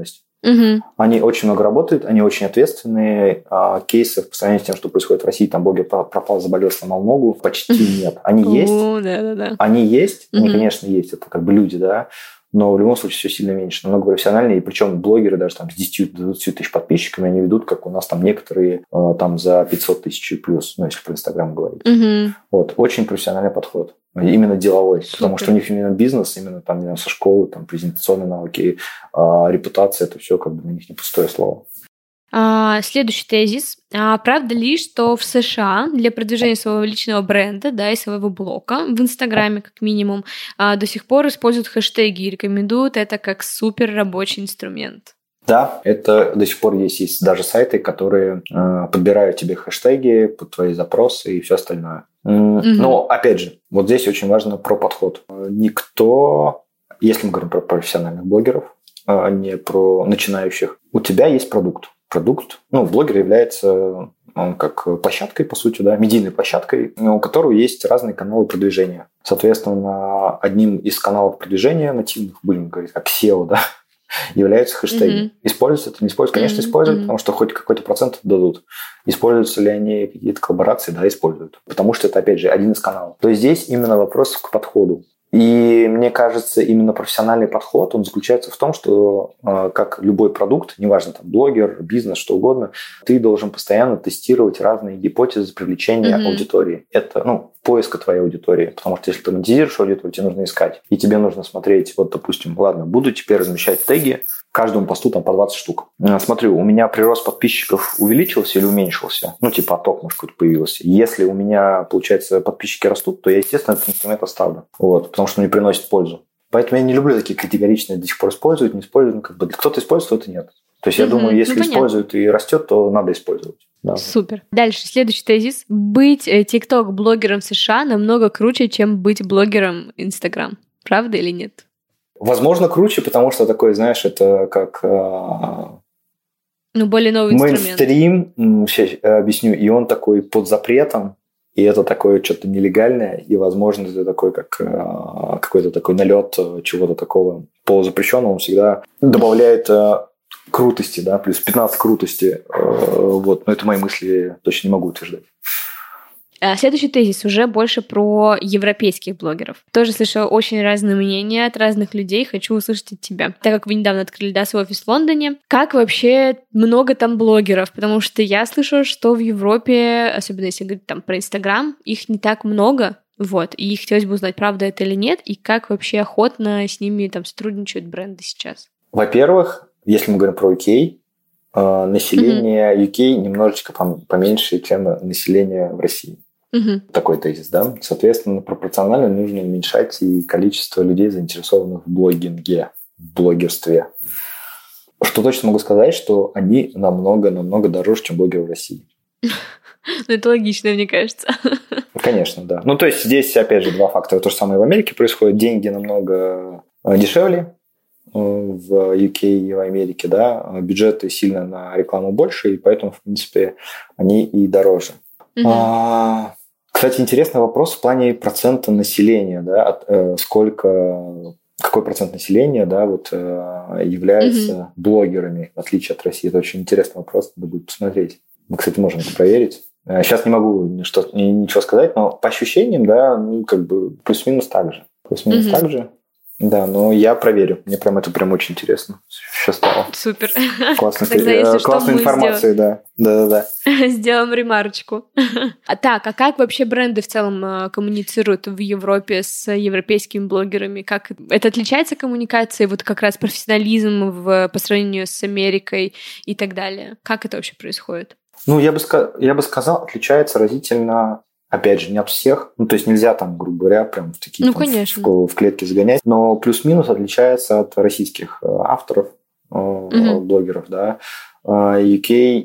Угу. Они очень много работают, они очень ответственные. А кейсов по сравнению с тем, что происходит в России, там блогер пропал, заболел, сломал ногу, почти нет. Они есть. Да, да, да. Они есть, они, конечно, есть. Это как бы люди, да. Но в любом случае все сильно меньше, намного профессиональнее. И причем блогеры даже там с десятью до двадцати тысяч подписчиками, они ведут, как у нас там некоторые там за пятьсот тысяч и плюс, ну, если про Инстаграм говорить. Угу. Вот, очень профессиональный подход. Именно деловой. Супер. Потому что у них именно бизнес, именно там, не знаю, со школы, там, презентационные навыки, а, репутация, это все как бы для них не пустое слово. А, следующий тезис. А, правда ли, что в США для продвижения своего личного бренда, да, и своего блога, в Инстаграме как минимум, а, до сих пор используют хэштеги и рекомендуют это как супер рабочий инструмент? Да, это до сих пор есть, есть даже сайты, которые э, подбирают тебе хэштеги под твои запросы и все остальное. Mm-hmm. Но, опять же, вот здесь очень важно про подход. Никто, если мы говорим про профессиональных блогеров, а не про начинающих, у тебя есть продукт. Продукт, ну, блогер является он как площадкой, по сути, да, медийной площадкой, у которого есть разные каналы продвижения. Соответственно, одним из каналов продвижения нативных, будем говорить, как сео, да, являются хэштеги. Mm-hmm. Используются это, не используются? Конечно, mm-hmm. используют, потому что хоть какой-то процент дадут. Используются ли они какие-то коллаборации? Да, используют. Потому что это, опять же, один из каналов. То есть здесь именно вопрос к подходу. И мне кажется, именно профессиональный подход, он заключается в том, что э, как любой продукт, неважно, там, блогер, бизнес, что угодно, ты должен постоянно тестировать разные гипотезы привлечения mm-hmm. аудитории. Это, ну, поиска твоей аудитории. Потому что если ты монетизируешь аудиторию, тебе нужно искать. И тебе нужно смотреть, вот, допустим, ладно, буду теперь размещать теги, каждому посту там по двадцать штук. Смотрю, у меня прирост подписчиков увеличился или уменьшился? Ну, типа отток, может, какой-то появился. Если у меня, получается, подписчики растут, то я, естественно, этот инструмент оставлю. Вот, потому что он мне приносит пользу. Поэтому я не люблю такие категоричные, до сих пор используют, не используют. Ну, как бы кто-то использует, кто-то нет. То есть, я угу, думаю, если ну, используют и растет, то надо использовать. Да. Супер. Дальше, следующий тезис. Быть TikTok-блогером в США намного круче, чем быть блогером Instagram. Правда или нет? Возможно, круче, потому что такой, знаешь, это как... Ну, более новый инструмент. Мейнстрим, сейчас объясню, и он такой под запретом, и это такое что-то нелегальное, и, возможно, это такой, как какой-то такой налет чего-то такого полузапрещенного, он всегда добавляет крутости, да, плюс пятнадцать крутости. Вот, но это мои мысли, точно не могу утверждать. Следующий тезис уже больше про европейских блогеров. Тоже слышала очень разные мнения от разных людей. Хочу услышать от тебя. Так как вы недавно открыли, да, свой офис в Лондоне, как вообще много там блогеров? Потому что я слышала, что в Европе, особенно если говорить там про Инстаграм, их не так много. Вот. И хотелось бы узнать, правда это или нет, и как вообще охотно с ними там сотрудничают бренды сейчас. Во-первых, если мы говорим про ю кей, население mm-hmm. ю кей немножечко поменьше, чем население в России. Mm-hmm. Такой тезис, да? Соответственно, пропорционально нужно уменьшать и количество людей, заинтересованных в блогинге, в блогерстве. Что точно могу сказать, что они намного-намного дороже, чем блогеры в России. Ну, это логично, мне кажется. Конечно, да. Ну, то есть здесь, опять же, два фактора. То же самое в Америке происходит. Деньги намного дешевле в ю кей и в Америке, да. Бюджеты сильно на рекламу больше, и поэтому, в принципе, они и дороже. Mm-hmm. А, кстати, интересный вопрос в плане процента населения, да, от, э, сколько, какой процент населения, да, вот э, является mm-hmm. блогерами, в отличие от России. Это очень интересный вопрос, надо будет посмотреть. Мы, кстати, можем это проверить. Сейчас не могу ничего, ничего сказать, но по ощущениям, да, ну, как бы плюс-минус так же. Плюс-минус mm-hmm. так же. Да, но я проверю. Мне прям это прям очень интересно. Сейчас стало. Супер. Классная, Тогда, классная информация, да. Да-да-да. Сделаем ремарочку. А так, а как вообще бренды в целом коммуницируют в Европе с европейскими блогерами? Как это отличается коммуникацией, вот как раз профессионализм в, по сравнению с Америкой и так далее? Как это вообще происходит? Ну, я бы, я бы сказал, отличается разительно. Опять же, не от всех. Ну, то есть нельзя там, грубо говоря, прям в такие ну, там, в, в клетки загонять. Но плюс-минус отличается от российских авторов, mm-hmm. блогеров, да. ю кей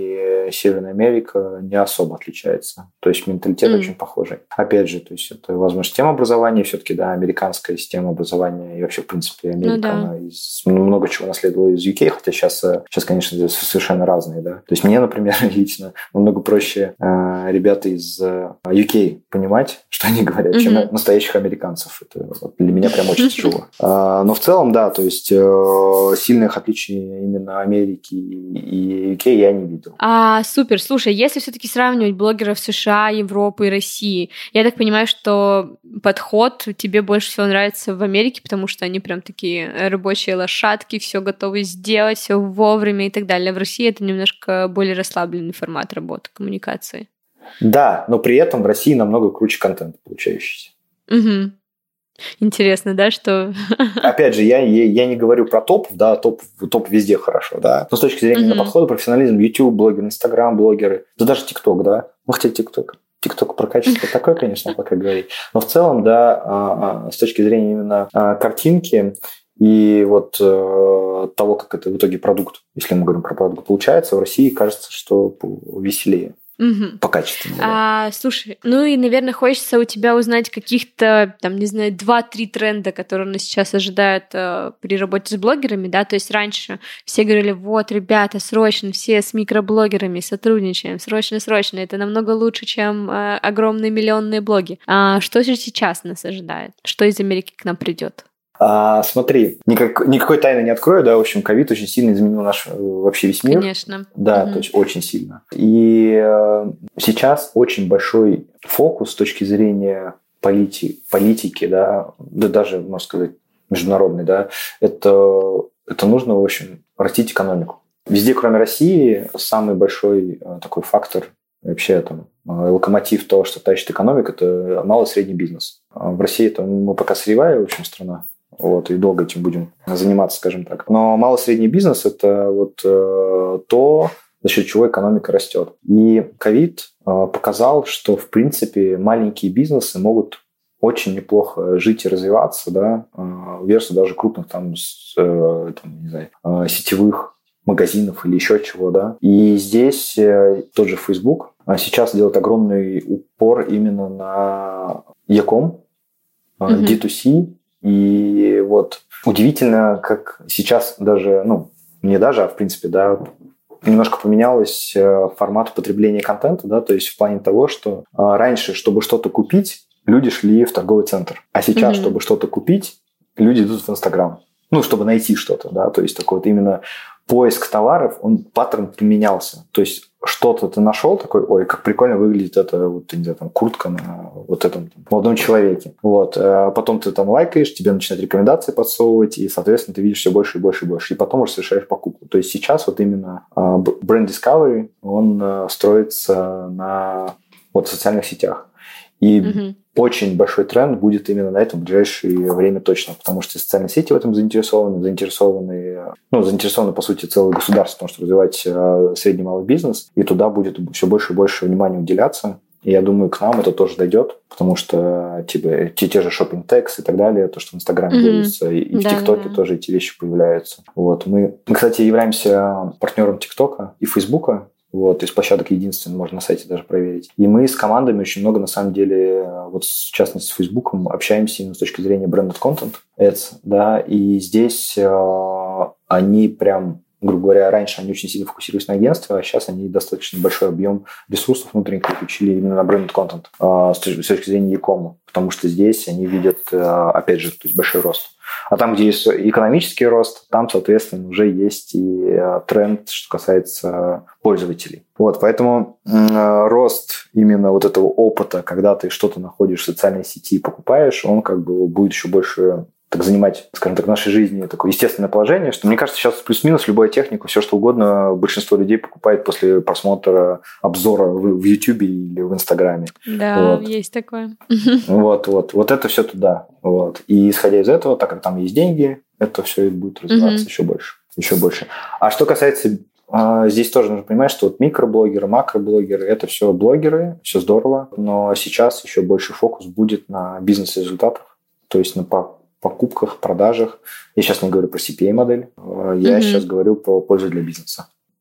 и Северная Америка не особо отличается. То есть менталитет mm. очень похожий. Опять же, то есть это, возможно, система образования, все-таки, да, американская система образования, и вообще, в принципе, Америка, ну, да. она из, много чего наследовала из ю кей, хотя сейчас, сейчас, конечно, совершенно разные, да. То есть мне, например, лично намного проще э, ребята из ю кей понимать, что они говорят, mm-hmm. чем настоящих американцев. Это вот, для меня прям очень тяжело. А, но в целом, да, то есть э, сильных отличий именно Америки и ю кей я не видел. А, супер. Слушай, если все-таки сравнивать блогеров США, Европы и России, я так понимаю, что подход тебе больше всего нравится в Америке, потому что они прям такие рабочие лошадки, все готовы сделать, все вовремя и так далее. В России это немножко более расслабленный формат работы, коммуникации. Да, но при этом в России намного круче контент получающийся. Угу. Интересно, да, что... Опять же, я, я, я не говорю про топ, да, топ, топ везде хорошо, да. Но с точки зрения mm-hmm. подхода, профессионализм, YouTube, блогеры, Instagram, блогеры, да даже TikTok, да. Ну, хотя TikTok, TikTok про качество такое, конечно, пока говорить. Но в целом, да, с точки зрения именно картинки и вот того, как это в итоге продукт, если мы говорим про продукт, получается, в России кажется, что веселее. Угу. По качеству. А, слушай, ну и, наверное, хочется у тебя узнать каких-то, там, не знаю, два-три тренда, которые нас сейчас ожидают э, при работе с блогерами, да, то есть раньше все говорили, вот, ребята, срочно все с микроблогерами сотрудничаем, срочно-срочно, это намного лучше, чем э, огромные миллионные блоги. А что же сейчас нас ожидает? Что из Америки к нам придет? А, смотри, никак, никакой тайны не открою, да, в общем, ковид очень сильно изменил наш вообще весь мир. Конечно. Да, угу. то есть очень сильно. И э, сейчас очень большой фокус с точки зрения полити, политики, да, да, даже, можно сказать, международной, да, это, это нужно, в общем, растить экономику. Везде, кроме России, самый большой э, такой фактор, вообще там, локомотив того, что тащит экономику, это малый и средний бизнес. В России это, мы пока сырьевая, в общем, страна. Вот, и долго этим будем заниматься, скажем так. Но малый и средний бизнес – это вот э, то, за счет чего экономика растет. И ковид э, показал, что, в принципе, маленькие бизнесы могут очень неплохо жить и развиваться, да, э, версию даже крупных там, с, э, там не знаю, э, сетевых магазинов или еще чего, да. И здесь э, тот же Facebook сейчас делает огромный упор именно на e-com, э, mm-hmm. ди ту си. И вот удивительно, как сейчас даже, ну, не даже, а в принципе, да, немножко поменялось формат потребления контента, да, то есть в плане того, что раньше, чтобы что-то купить, люди шли в торговый центр, а сейчас, mm-hmm. чтобы что-то купить, люди идут в Инстаграм, ну, чтобы найти что-то, да, то есть такой вот именно поиск товаров, он, паттерн применялся, то есть что-то ты нашел, такой, ой, как прикольно выглядит эта вот, не знаю, там, куртка на вот этом там, молодом человеке. Вот. А потом ты там лайкаешь, тебе начинают рекомендации подсовывать, и, соответственно, ты видишь все больше и больше и больше. И потом уже совершаешь покупку. То есть сейчас вот именно бренд Discovery, он строится на вот социальных сетях. И mm-hmm. очень большой тренд будет именно на этом в ближайшее время точно, потому что социальные сети в этом заинтересованы, заинтересованы, ну, заинтересованы, по сути, целое государство, потому что развивать э, средний и малый бизнес, и туда будет все больше и больше внимания уделяться. И я думаю, к нам это тоже дойдет, потому что типа, те, те же шоппинг-тегс и так далее, то, что в Инстаграме mm-hmm. появится, и, и да, в ТикТоке да. тоже эти вещи появляются. Вот. Мы, мы, кстати, являемся партнером ТикТока и Фейсбука. Вот, из площадок единственный, можно на сайте даже проверить. И мы с командами очень много, на самом деле, вот в частности с Фейсбуком, общаемся именно с точки зрения branded content ads, да, и здесь э, они прям, грубо говоря, раньше они очень сильно фокусировались на агентстве, а сейчас они достаточно большой объем ресурсов внутренних включили именно на branded content э, с точки зрения e-com, потому что здесь они видят, э, опять же, то есть большой рост. А там, где есть экономический рост, там, соответственно, уже есть и тренд, что касается пользователей. Вот, поэтому э, рост именно вот этого опыта, когда ты что-то находишь в социальной сети и покупаешь, он как бы будет еще больше так занимать, скажем так, в нашей жизни такое естественное положение, что, мне кажется, сейчас плюс-минус любая техника, все что угодно, большинство людей покупает после просмотра обзора в, в YouTube или в Инстаграме. Да, вот. Есть такое. Вот, вот, вот это все туда. Вот. И исходя из этого, так как там есть деньги, это все и будет развиваться mm-hmm. еще больше, еще больше. А что касается здесь тоже нужно понимать, что вот микроблогеры, макроблогеры – это все блогеры, все здорово, но сейчас еще больше фокус будет на бизнес-результатах, то есть на покупках, продажах. Я сейчас не говорю про си пи эй-модель, я mm-hmm. сейчас говорю про пользу для бизнеса.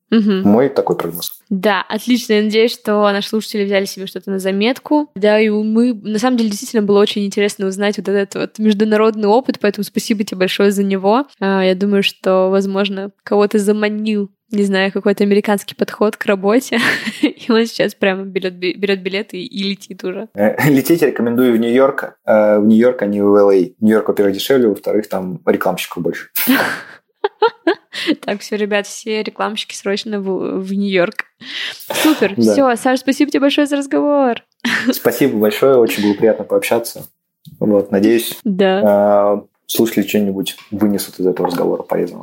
Угу. Мой такой прогноз. Да, отлично. Я надеюсь, что наши слушатели взяли себе что-то на заметку. Да, и мы, на самом деле, действительно было очень интересно узнать вот этот вот международный опыт, поэтому спасибо тебе большое за него. Я думаю, что, возможно, кого-то заманил, не знаю, какой-то американский подход к работе, и он сейчас прямо берет, берет билет и, и летит уже. Лететь рекомендую в Нью-Йорк. В Нью-Йорк, а не в Эл Эй. Нью-Йорк, во-первых, дешевле, во-вторых, там рекламщиков больше. Так, все, ребят, все рекламщики срочно в, в Нью-Йорк. Супер. Да. Все, Саша, спасибо тебе большое за разговор. Спасибо большое, очень было приятно пообщаться. Вот, надеюсь, да. слушатели что-нибудь вынесут из этого разговора полезного.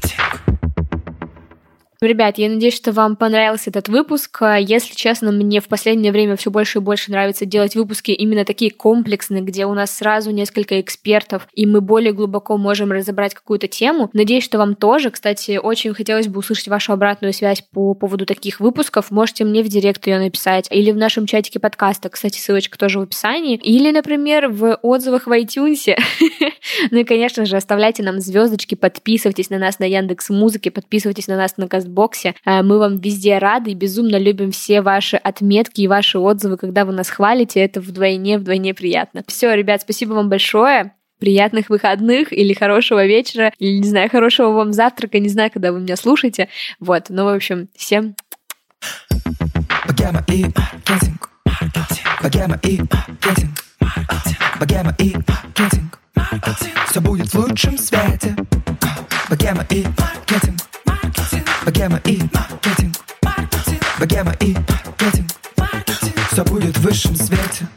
Ребят, я надеюсь, что вам понравился этот выпуск. Если честно, мне в последнее время все больше и больше нравится делать выпуски именно такие комплексные, где у нас сразу несколько экспертов, и мы более глубоко можем разобрать какую-то тему. Надеюсь, что вам тоже. Кстати, очень хотелось бы услышать вашу обратную связь по поводу таких выпусков. Можете мне в директ ее написать, или в нашем чатике подкаста, кстати, ссылочка тоже в описании, или, например, в отзывах в iTunes. Ну и, конечно же, оставляйте нам звездочки, подписывайтесь на нас на Яндекс.Музыке, подписывайтесь на нас на Кастбоксе. Мы вам везде рады и безумно любим все ваши отметки и ваши отзывы, когда вы нас хвалите. Это вдвойне, вдвойне приятно. Все, ребят, спасибо вам большое. Приятных выходных или хорошего вечера, или, не знаю, хорошего вам завтрака, не знаю, когда вы меня слушаете. Вот, ну, в общем, всем... Богема и маркетинг. Богема и маркетинг. Богема и маркетинг. Все будет в лучшем свете. Богема и маркетинг. Богема и маркетинг. Богема и маркетинг. Все будет в высшем свете.